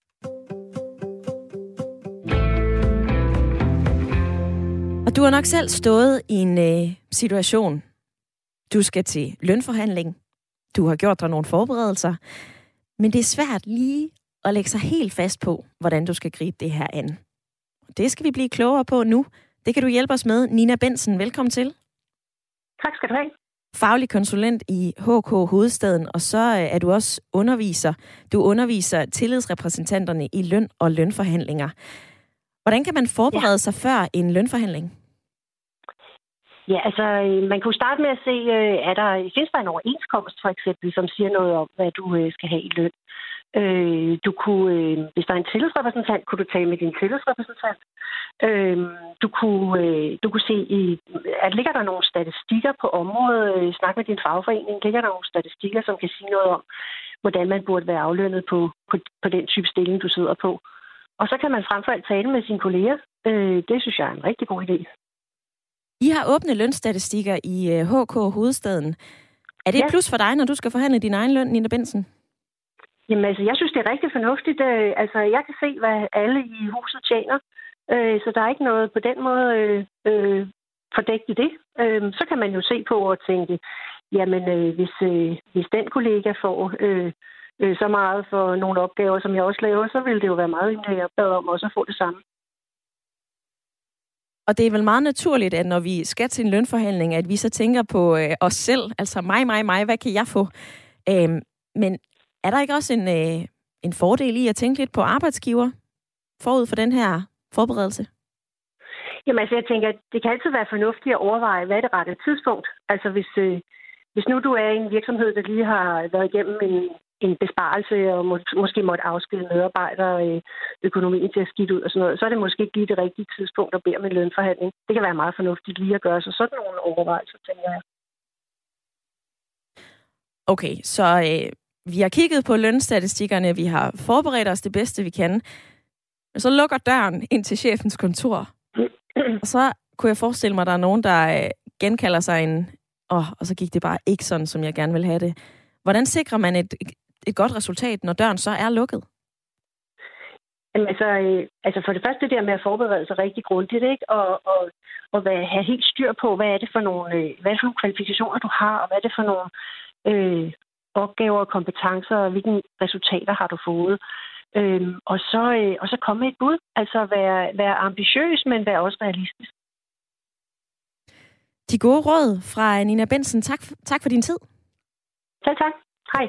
Og du har nok selv stået i en øh, situation. Du skal til lønforhandling. Du har gjort dig nogle forberedelser. Men det er svært lige at lægge sig helt fast på, hvordan du skal gribe det her an. Det skal vi blive klogere på nu. Det kan du hjælpe os med. Nina Bensen, velkommen til. Tak skal du have. Faglig konsulent i H K Hovedstaden, og så er du også underviser. Du underviser tillidsrepræsentanterne i løn og lønforhandlinger. Hvordan kan man forberede ja. sig før en lønforhandling? Ja, altså man kunne starte med at se, er der, findes der en overenskomst for eksempel, som siger noget om, hvad du skal have i løn? Øh, du kunne, øh, hvis der er en tillidsrepræsentant, kunne du tale med din tillidsrepræsentant. Øh, du, kunne, øh, du kunne se, i, at ligger der nogle statistikker på området, øh, snak med din fagforening, ligger der nogle statistikker, som kan sige noget om, hvordan man burde være aflønnet på, på, på den type stilling, du sidder på. Og så kan man frem for alt tale med sine kolleger Øh, det synes jeg er en rigtig god idé. I har åbne lønstatistikker i H K Hovedstaden. Er det Ja. et plus for dig, når du skal forhandle din egen løn, Nina Bentzen? Jamen altså, jeg synes, det er rigtig fornuftigt. Øh, altså, jeg kan se, hvad alle i huset tjener. Øh, så der er ikke noget på den måde øh, øh, fordækt i det. Øh, så kan man jo se på og tænke, jamen øh, hvis, øh, hvis den kollega får øh, øh, så meget for nogle opgaver, som jeg også laver, så vil det jo være meget rimeligt, at jeg bad om også at få det samme. Og det er vel meget naturligt, at når vi skal til en lønforhandling, at vi så tænker på øh, os selv, altså mig, mig, mig, hvad kan jeg få? Øh, men er der ikke også en, øh, en fordel i at tænke lidt på arbejdsgiver forud for den her forberedelse? Jamen altså, jeg tænker, at det kan altid være fornuftigt at overveje, hvad er det rette tidspunkt? Altså hvis, øh, hvis nu du er i en virksomhed, der lige har været igennem en, en besparelse og må, måske måtte afskille medarbejdere, øh, økonomien til at skide ud og sådan noget, så er det måske ikke lige det rigtige tidspunkt at bede om en lønforhandling. Det kan være meget fornuftigt lige at gøre sig sådan nogle overvejelser, tænker jeg. Okay, så øh, vi har kigget på lønstatistikkerne, vi har forberedt os det bedste, vi kan. Men så lukker døren ind til chefens kontor. Og så kunne jeg forestille mig, at der er nogen, der øh, genkalder sig en, åh, og så gik det bare ikke sådan, som jeg gerne vil have det. Hvordan sikrer man et, et godt resultat, når døren så er lukket? Jamen, altså, øh, altså for det første det der med at forberede sig rigtig grundigt, ikke? Og, og, og hvad, have helt styr på, hvad er det for nogle, øh, hvad er det for nogle kvalifikationer, du har, og hvad er det for nogle øh, opgaver og kompetencer, og hvilke resultater har du fået. Øhm, og, så, øh, og så komme med et bud. Altså være, være ambitiøs, men være også realistisk. De gode råd fra Nina Bentzen. Tak, tak for din tid. Tak, tak. Hej.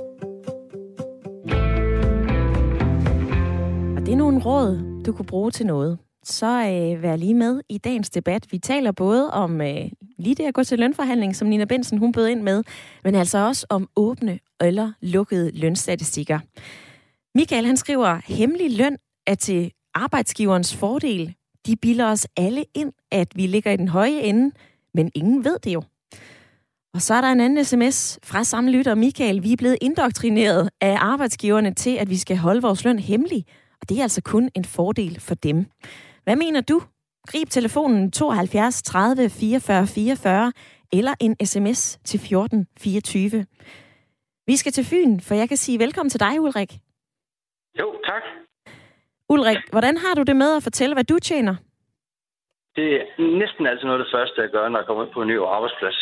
Og det er nogle råd, du kunne bruge til noget. Så øh, vær lige med i dagens debat. Vi taler både om øh, lige det at gå til lønforhandling, som Nina Bentzen hun bød ind med, men altså også om åbne eller lukkede lønstatistikker. Michael han skriver, hemmelig løn er til arbejdsgiverens fordel. De bilder os alle ind, at vi ligger i den høje ende, men ingen ved det jo. Og så er der en anden sms fra samme lytter, Michael. Vi er blevet indoktrineret af arbejdsgiverne til, at vi skal holde vores løn hemmelig, og det er altså kun en fordel for dem. Hvad mener du? Grib telefonen tooghalvfjerds tredive fireogfyrre fireogfyrre eller en sms til fjorten fireogtyve. Vi skal til Fyn, for jeg kan sige velkommen til dig, Ulrik. Jo, tak. Ulrik, hvordan har du det med at fortælle, hvad du tjener? Det er næsten altid noget af det første, jeg gør, når jeg kommer ind på en ny arbejdsplads.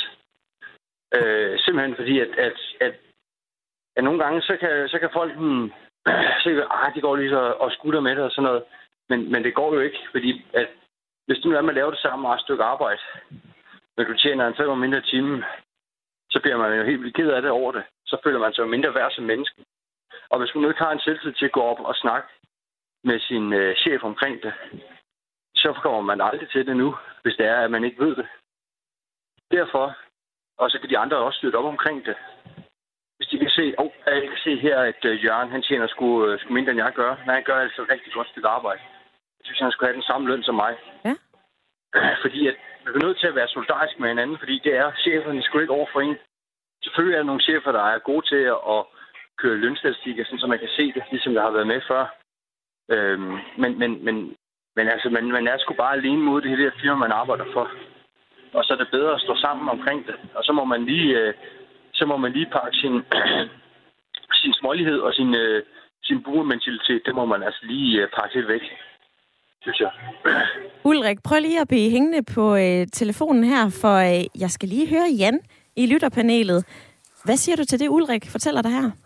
Øh, simpelthen fordi, at, at, at, at nogle gange, så kan, så kan folk hmm, se, at de går lige så og skutter med det og sådan noget. Men, men det går jo ikke, fordi at hvis du lader mig lave det samme meget stykke arbejde, når du tjener en fem mindre time, så bliver man jo helt vildt ked af det over det. Så føler man sig jo mindre værd som menneske. Og hvis man nu ikke har en selvtid til at gå op og snakke med sin øh, chef omkring det, så kommer man aldrig til det nu, hvis det er, at man ikke ved det. Derfor, og så kan de andre også støtte op omkring det. Hvis de kan se, åh, oh, jeg kan se her, at uh, Jørgen, han tjener sgu, uh, sgu mindre, end jeg gør. Nej, han gør altså et rigtig godt stykke arbejde. Jeg synes, han skulle have den samme løn som mig. Ja. Fordi at vi er nødt til at være solidarisk med hinanden, fordi det er cheferne sgu ikke over for en. Selvfølgelig er der nogle chefer, der er gode til at køre lønstatistikker, sådan, så man kan se det, ligesom jeg har været med før. Øhm, men, men, men, men altså, man, man er sgu bare alene mod det her firma, man arbejder for. Og så er det bedre at stå sammen omkring det. Og så må man lige, øh, så må man lige pakke sin, sin smålighed og sin, øh, sin burementalitet. Det må man altså lige øh, pakke helt væk, synes jeg. Ulrik, prøv lige at blive hængende på øh, telefonen her, for øh, jeg skal lige høre Jan i lytterpanelet. Hvad siger du til det, Ulrik fortæller dig her?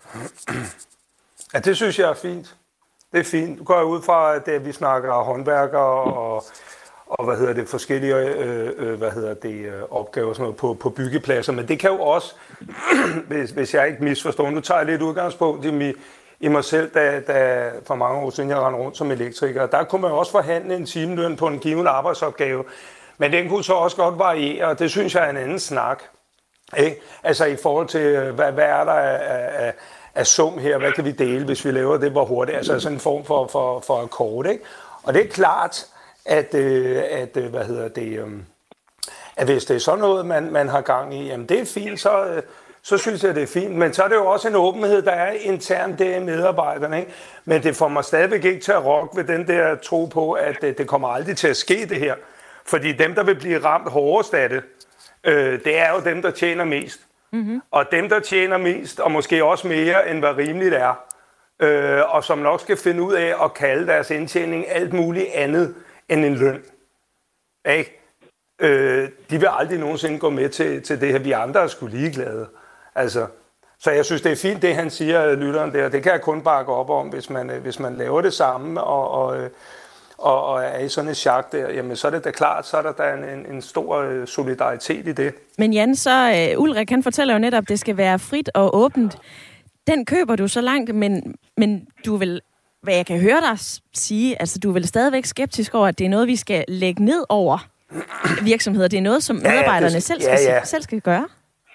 Ja, det synes jeg er fint. Det er fint. Nu går jeg ud fra, at vi snakker håndværkere og, og hvad hedder det, forskellige øh, hvad hedder det, opgaver sådan noget på, på byggepladser. Men det kan jo også, hvis, hvis jeg ikke misforstår, nu tager jeg lidt udgangspunkt i, mig, i mig selv, da, da for mange år siden jeg rendte rundt som elektriker. Der kunne man også forhandle en timeløn på en given arbejdsopgave. Men den kunne så også godt variere, og det synes jeg er en anden snak. Ikke? Altså i forhold til, hvad, hvad er der af, af, af sum her, hvad kan vi dele, hvis vi laver det hvor hurtigt, altså sådan en form for, for, for akkord, ikke? Og det er klart, at, at hvad hedder det, at hvis det er sådan noget, man, man har gang i, jamen det er fint, så, så synes jeg, det er fint. Men så er det jo også en åbenhed, der er internt der i medarbejderne. Ikke? Men det får mig stadigvæk ikke til at rokke ved den der tro på, at det, det kommer aldrig til at ske det her. Fordi dem, der vil blive ramt hårdest af det, øh, det er jo dem, der tjener mest. Mm-hmm. Og dem, der tjener mest, og måske også mere, end hvad rimeligt er, øh, og som nok skal finde ud af at kalde deres indtjening alt muligt andet end en løn. Ikke? Øh, de vil aldrig nogensinde gå med til, til det her. Vi andre er sgu ligeglade. Altså, så jeg synes, det er fint, det han siger, lytteren der. Det kan jeg kun bakke op om, hvis man, hvis man laver det samme og, og, og, og er i sådan et chak der. Jamen, så er det da klart, så er der da en, en, en stor solidaritet i det. Men Jan, så uh, Ulrik, han fortæller jo netop, at det skal være frit og åbent. Den køber du så langt, men, men du vil, hvad jeg kan høre dig sige, altså du er vel stadigvæk skeptisk over, at det er noget, vi skal lægge ned over virksomheder. Det er noget, som medarbejderne ja, ja, det, selv, skal, ja, ja. selv skal gøre.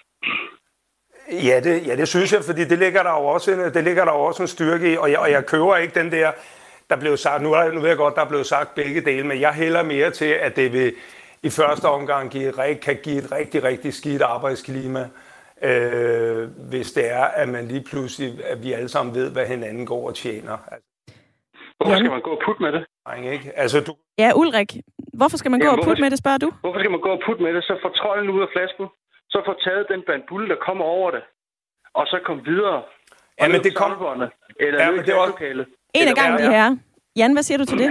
Ja det, ja, det synes jeg, fordi det ligger der jo også en, det ligger der jo også en styrke i, og jeg, og jeg køber ikke den der, der blev sagt, nu, er, nu ved jeg godt, der blev sagt begge dele, men jeg hælder mere til, at det vil i første omgang give, kan give et rigtig, rigtig skidt arbejdsklima, øh, hvis det er, at man lige pludselig, at vi alle sammen ved, hvad hinanden går og tjener. Hvorfor skal man gå og putte med det? Nej, ikke? Altså, du... Ja, Ulrik, hvorfor skal man gå Jamen, og putte med det, spørger du? Hvorfor skal man gå og putte med det? Så får trolden ud af flasken, så får taget den bandbulle, der kommer over det, og så kom videre. Ja, men det kommer... Eller ja, men det er også... En af gangen, de her. Jan, hvad siger du til det?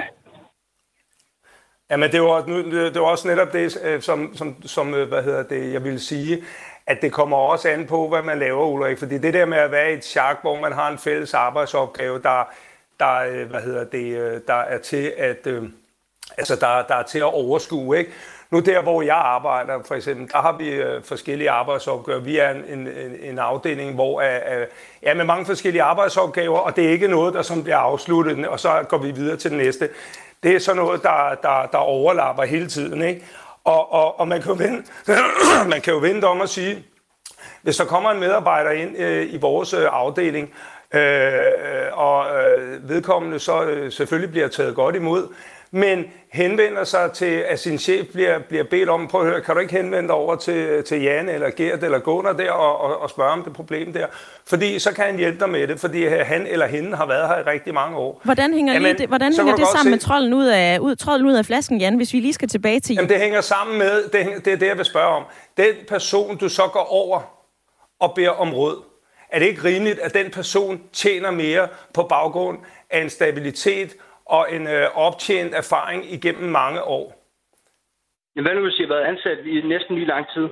Ja, men det var, det var også netop det, som, som, som hvad hedder det, jeg ville sige, at det kommer også an på, hvad man laver, Ulrik. Fordi det der med at være i et chak, hvor man har en fælles arbejdsopgave, der, der, hvad hedder det, der er til at, altså der, der er til at overskue, ikke? Nu der, hvor jeg arbejder, for eksempel, der har vi øh, forskellige arbejdsopgaver. Vi er en, en, en afdeling, hvor er, øh, ja, med mange forskellige arbejdsopgaver, og det er ikke noget, der som bliver afsluttet, og så går vi videre til det næste. Det er sådan noget, der, der, der overlapper hele tiden, ikke? Og, og, og man kan jo vende, man kan jo vende om at sige, hvis der kommer en medarbejder ind øh, i vores øh, afdeling, øh, og øh, vedkommende så øh, selvfølgelig bliver taget godt imod, men henvender sig til, at sin chef bliver, bliver bedt om, prøv at høre, kan du ikke henvende dig over til, til Jan eller Gert eller Gunnar der og, og, og spørge om det problem der? Fordi så kan han hjælpe dig med det, fordi han eller hende har været her i rigtig mange år. Hvordan hænger, Jamen, lige det, hvordan hænger det sammen se... med trolden ud af, ud, trolden ud af flasken, Jan, hvis vi lige skal tilbage til... Jamen det hænger sammen med, det, det er det, jeg vil spørge om. Den person, du så går over og beder om råd, er det ikke rimeligt, at den person tjener mere på baggrund af en stabilitet og en øh, optjent erfaring igennem mange år? Jamen, hvad nu hvis I har været ansat i næsten lige lang tid?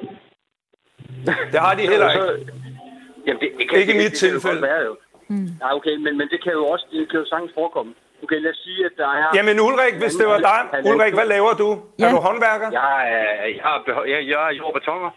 Det har de heller ikke. Så, jamen, det, det kan, ikke i mit det, tilfælde. Det kan være, jo. Mm. Nej, okay, men, men det kan jo også det kan jo sagtens forekomme. Okay, lad os sige, at der er... Jamen Ulrik, hvis det var dig... Ulrik, hvad laver du? Ja. Er du håndværker? Jeg er, jeg er, jeg, jeg er jord- og betoner.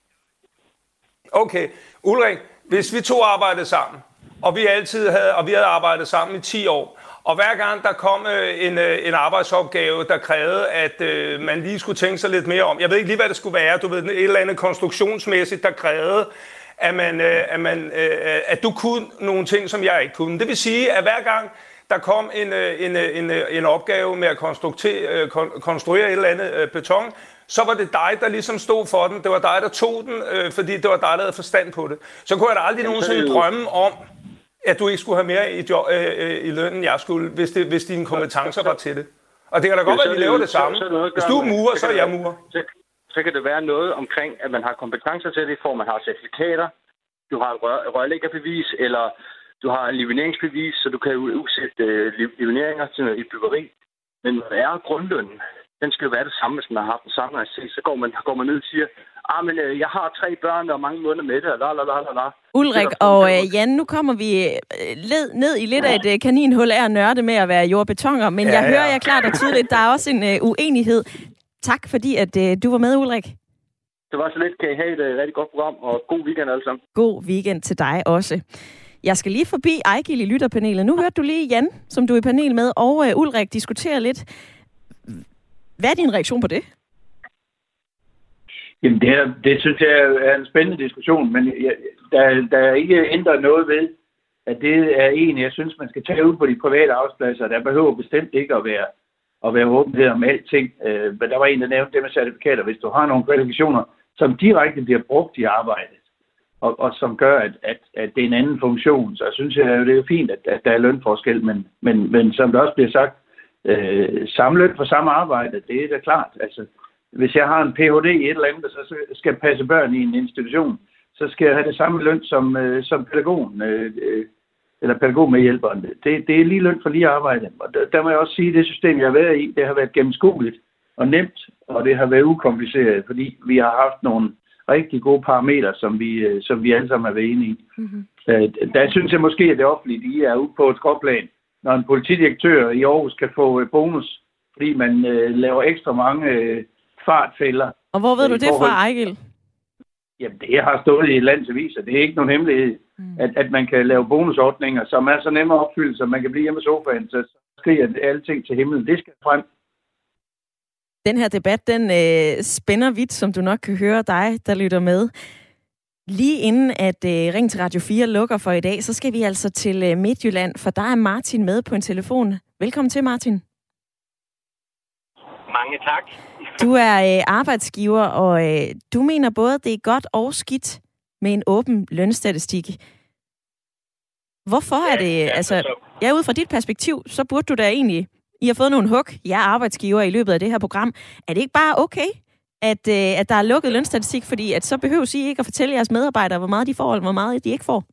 Okay. Ulrik, hvis vi to arbejdede sammen, og vi altid havde, og vi havde arbejdet sammen i ti år, og hver gang der kom øh, en, øh, en arbejdsopgave, der krævede, at øh, man lige skulle tænke sig lidt mere om. Jeg ved ikke lige, hvad det skulle være. Du ved, et eller andet konstruktionsmæssigt, der krævede, at, man, øh, at, man, øh, at du kunne nogle ting, som jeg ikke kunne. Det vil sige, at hver gang der kom en, en, en, en opgave med at konstruere, konstruere et eller andet øh, beton, så var det dig, der ligesom stod for den. Det var dig, der tog den, øh, fordi det var dig, der havde forstand på det. Så kunne jeg da aldrig nogensinde drømme om, at du ikke skulle have mere i, job, øh, øh, i lønnen, jeg skulle, hvis, det, hvis dine kompetencer var til det. Og det kan da godt være, at vi laver det samme. Hvis du er murer, så er jeg murer. Så, så kan det være noget omkring, at man har kompetencer til det, for man har certifikater, du har et rør, rørlæggerbevis, eller du har en livineringsbevis, så du kan udsætte øh, livineringer til et byggeri. Men når det er grundlønnen, den skal jo være det samme, hvis man har haft den samme ansigt. Så går man, går man ned og siger, ah, men øh, jeg har tre børn og mange måneder med det, og la la la la la. Ulrik og øh, Jan, nu kommer vi led, ned i lidt af et øh, kaninhul af at nørde med at være jordbetonger, men ja, jeg hører jer klart og tydeligt, der er også en øh, uenighed. Tak fordi, at øh, du var med, Ulrik. Det var så lidt. Kan I have et øh, rigtig godt program, og god weekend alle sammen. God weekend til dig også. Jeg skal lige forbi Ejgil i lytterpanelet. Nu hørte du lige Jan, som du er i panel med, og øh, Ulrik diskuterer lidt. Hvad er din reaktion på det? Jamen, det, her, det synes jeg er en spændende diskussion, men jeg, der, der er ikke ændret noget ved, at det er en, jeg synes, man skal tage ud på de private arbejdspladser. Der behøver bestemt ikke at være, at være åbenhed om alting. Øh, men der var en, der nævnte det med certifikater. Hvis du har nogle kvalifikationer, som direkte bliver brugt i arbejdet, og, og som gør, at, at, at det er en anden funktion. Så jeg synes, at det er fint, at, at der er lønforskel, men, men, men som der også bliver sagt, øh, samme løn for samme arbejde, det er da klart. Altså, hvis jeg har en P H D i et eller andet, så skal passe børn i en institution, så skal jeg have det samme løn som, øh, som pædagogen, øh, eller pædagogmedhjælperen. Det, det er lige løn for lige arbejde. Og der, der må jeg også sige, at det system, jeg har været i, det har været gennemskueligt og nemt, og det har været ukompliceret, fordi vi har haft nogle rigtig gode parametre, som vi, som vi alle sammen har været enige i. Mm-hmm. Der synes jeg måske, at det offentlige de er ude på et skråplan, når en politidirektør i Aarhus kan få bonus, fordi man øh, laver ekstra mange øh, fartfælder. Og hvor ved du det forhold... fra, Ejgil? Jamen, det har stået i landsaviser. Det er ikke nogen hemmelighed, mm. at, at man kan lave bonusordninger, som er så nemme at opfylde, så man kan blive hjemme i sofaen, så skriger alting til himlen. Det skal frem. Den her debat, den øh, spænder vidt, som du nok kan høre dig, der lytter med. Lige inden at øh, Ring til Radio fire lukker for i dag, så skal vi altså til øh, Midtjylland, for der er Martin med på en telefon. Velkommen til, Martin. Mange tak. Du er øh, arbejdsgiver, og øh, du mener både, det er godt og skidt med en åben lønstatistik. Hvorfor ja, er det, ja, altså, så... ja, ud fra dit perspektiv, så burde du da egentlig, I har fået nogle hug, jeg er arbejdsgiver i løbet af det her program. Er det ikke bare okay, at, øh, at der er lukket lønstatistik, fordi at så behøver I ikke at fortælle jeres medarbejdere, hvor meget de får, eller hvor meget de ikke får?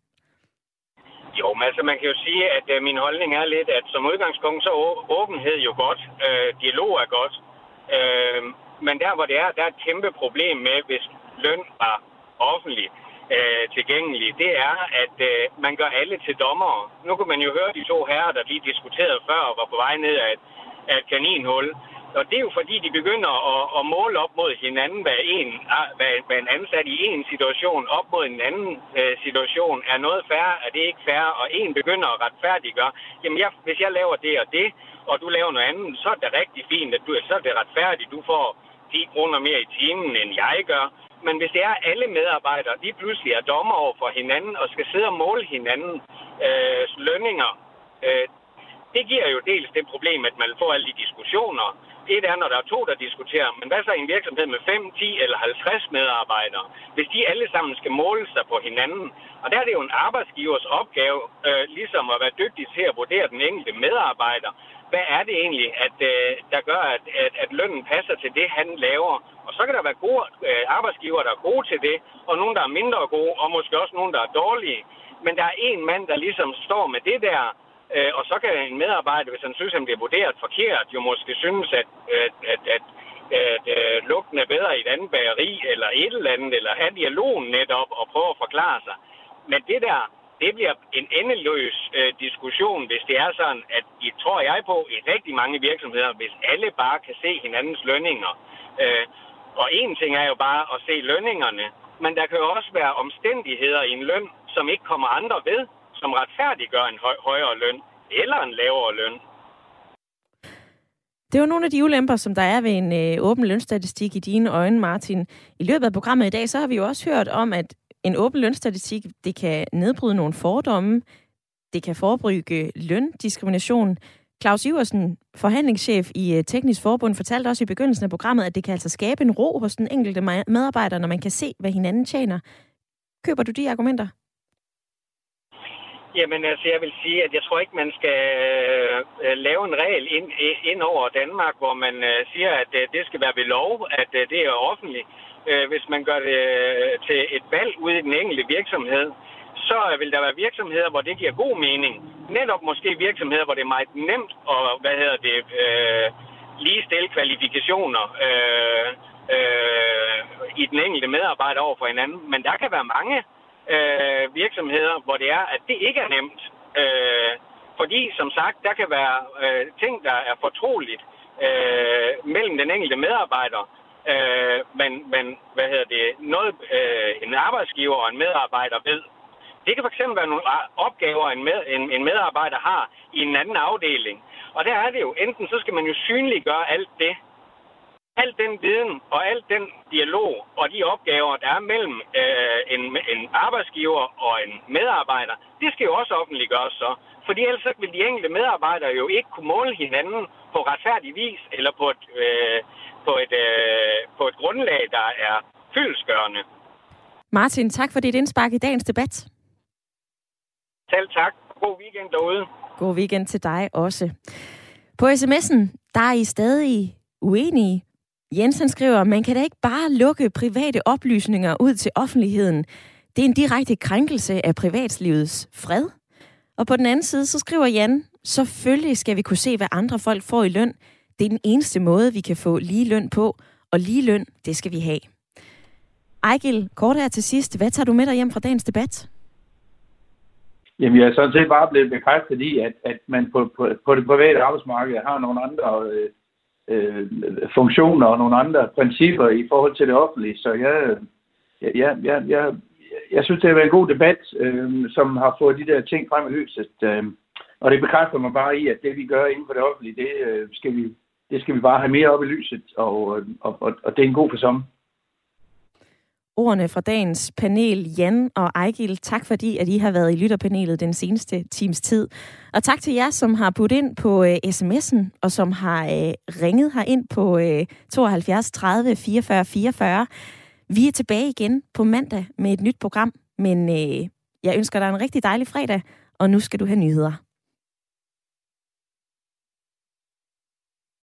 Jo, men altså man kan jo sige, at øh, min holdning er lidt, at som udgangspunkt, så er åbenhed jo godt, øh, dialog er godt, øh, men der hvor det er, der er et kæmpe problem med, hvis løn er offentlig øh, tilgængelig, det er, at øh, man gør alle til dommere. Nu kan man jo høre de to herrer, der lige diskuterede før og var på vej ned af et, af et kaninhul. Og det er jo fordi, de begynder at, at måle op mod hinanden, hvad en, hvad, hvad en ansat i en situation op mod en anden øh, situation. Er noget fair? Er det ikke fair? Og en begynder at retfærdiggøre. Jamen, jeg, hvis jeg laver det og det, og du laver noget andet, så er det rigtig fint, at du, så er det retfærdigt. Du får ti kroner mere i timen, end jeg gør. Men hvis det er alle medarbejdere, de pludselig er dommer over for hinanden og skal sidde og måle hinanden øh, lønninger, øh, det giver jo dels det problem, at man får alle de diskussioner. Et er, når der er to, der diskuterer, men hvad så i en virksomhed med fem, ti eller halvtreds medarbejdere? Hvis de alle sammen skal måle sig på hinanden, og der er det jo en arbejdsgivers opgave, øh, ligesom at være dygtig til at vurdere den enkelte medarbejder. Hvad er det egentlig, at, øh, der gør, at, at, at lønnen passer til det, han laver? Og så kan der være gode øh, arbejdsgiver, der er gode til det, og nogen, der er mindre gode, og måske også nogen, der er dårlige. Men der er en mand, der ligesom står med det der, Øh, og så kan en medarbejder, hvis han synes, at det er vurderet forkert, jo måske synes, at, at, at, at, at, at lugten er bedre i et andet bageri, eller et eller andet, eller have dialogen netop og prøve at forklare sig. Men det der, det bliver en endeløs øh, diskussion, hvis det er sådan, at I tror jeg på i rigtig mange virksomheder, hvis alle bare kan se hinandens lønninger. Øh, og en ting er jo bare at se lønningerne, men der kan jo også være omstændigheder i en løn, som ikke kommer andre ved, som retfærdiggør en høj, højere løn eller en lavere løn. Det var nogle af de ulemper, som der er ved en øh, åben lønstatistik i dine øjne, Martin. I løbet af programmet i dag, så har vi jo også hørt om, at en åben lønstatistik, det kan nedbryde nogle fordomme, det kan forebygge løndiskrimination. Claus Iversen, forhandlingschef i Teknisk Forbund, fortalte også i begyndelsen af programmet, at det kan altså skabe en ro hos den enkelte medarbejder, når man kan se, hvad hinanden tjener. Køber du de argumenter? Jamen altså, jeg vil sige, at jeg tror ikke, man skal øh, lave en regel ind, ind over Danmark, hvor man øh, siger, at øh, det skal være ved lov, at øh, det er offentligt. Øh, hvis man gør det øh, til et valg ude i den enkelte virksomhed, så vil der være virksomheder, hvor det giver god mening. Netop måske virksomheder, hvor det er meget nemt at, hvad hedder det, øh, ligestille kvalifikationer øh, øh, i den enkelte medarbejder over for hinanden. Men der kan være mange Øh, virksomheder, hvor det er, at det ikke er nemt. Øh, fordi, som sagt, der kan være øh, ting, der er fortroligt øh, mellem den enkelte medarbejder. Øh, men, men, hvad hedder det, noget øh, en arbejdsgiver og en medarbejder ved. Det kan fx være nogle opgaver, en, med, en, en medarbejder har i en anden afdeling. Og der er det jo, enten så skal man jo synliggøre alt det, al den viden og al den dialog og de opgaver, der er mellem øh, en, en arbejdsgiver og en medarbejder, det skal jo også offentliggøres så. Fordi ellers så vil de enkelte medarbejdere jo ikke kunne måle hinanden på retfærdig vis eller på et, øh, på et, øh, på et grundlag, der er fyldestgørende. Martin, tak for dit indspark i dagens debat. Selv tak. God weekend derude. God weekend til dig også. På sms'en, der er I stadig uenige. Jensen skriver, man kan da ikke bare lukke private oplysninger ud til offentligheden. Det er en direkte krænkelse af privatlivets fred. Og på den anden side, så skriver Jan, selvfølgelig skal vi kunne se, hvad andre folk får i løn. Det er den eneste måde, vi kan få lige løn på. Og lige løn, det skal vi have. Ejgil, kort her til sidst. Hvad tager du med dig hjem fra dagens debat? Jamen, jeg er sådan set bare blevet bekræftet i, at, at man på, på, på det private arbejdsmarked har nogle andre øh, øh, funktioner og nogle andre principper i forhold til det offentlige. Så jeg, jeg, jeg, jeg, jeg synes, det har været en god debat, øh, som har fået de der ting frem i lyset. Øh, og det bekræfter mig bare i, at det, vi gør inden for det offentlige, det, øh, skal, vi, det skal vi bare have mere op i lyset, og, og, og, og det er en god fason. Ordene fra dagens panel, Jan og Ejgil. Tak fordi, at I har været i lytterpanelet den seneste times tid. Og tak til jer, som har budt ind på uh, sms'en, og som har uh, ringet her ind på uh, tooghalvfjerds tredive fireogfyrre fireogfyrre. Vi er tilbage igen på mandag med et nyt program, men uh, jeg ønsker dig en rigtig dejlig fredag, og nu skal du have nyheder.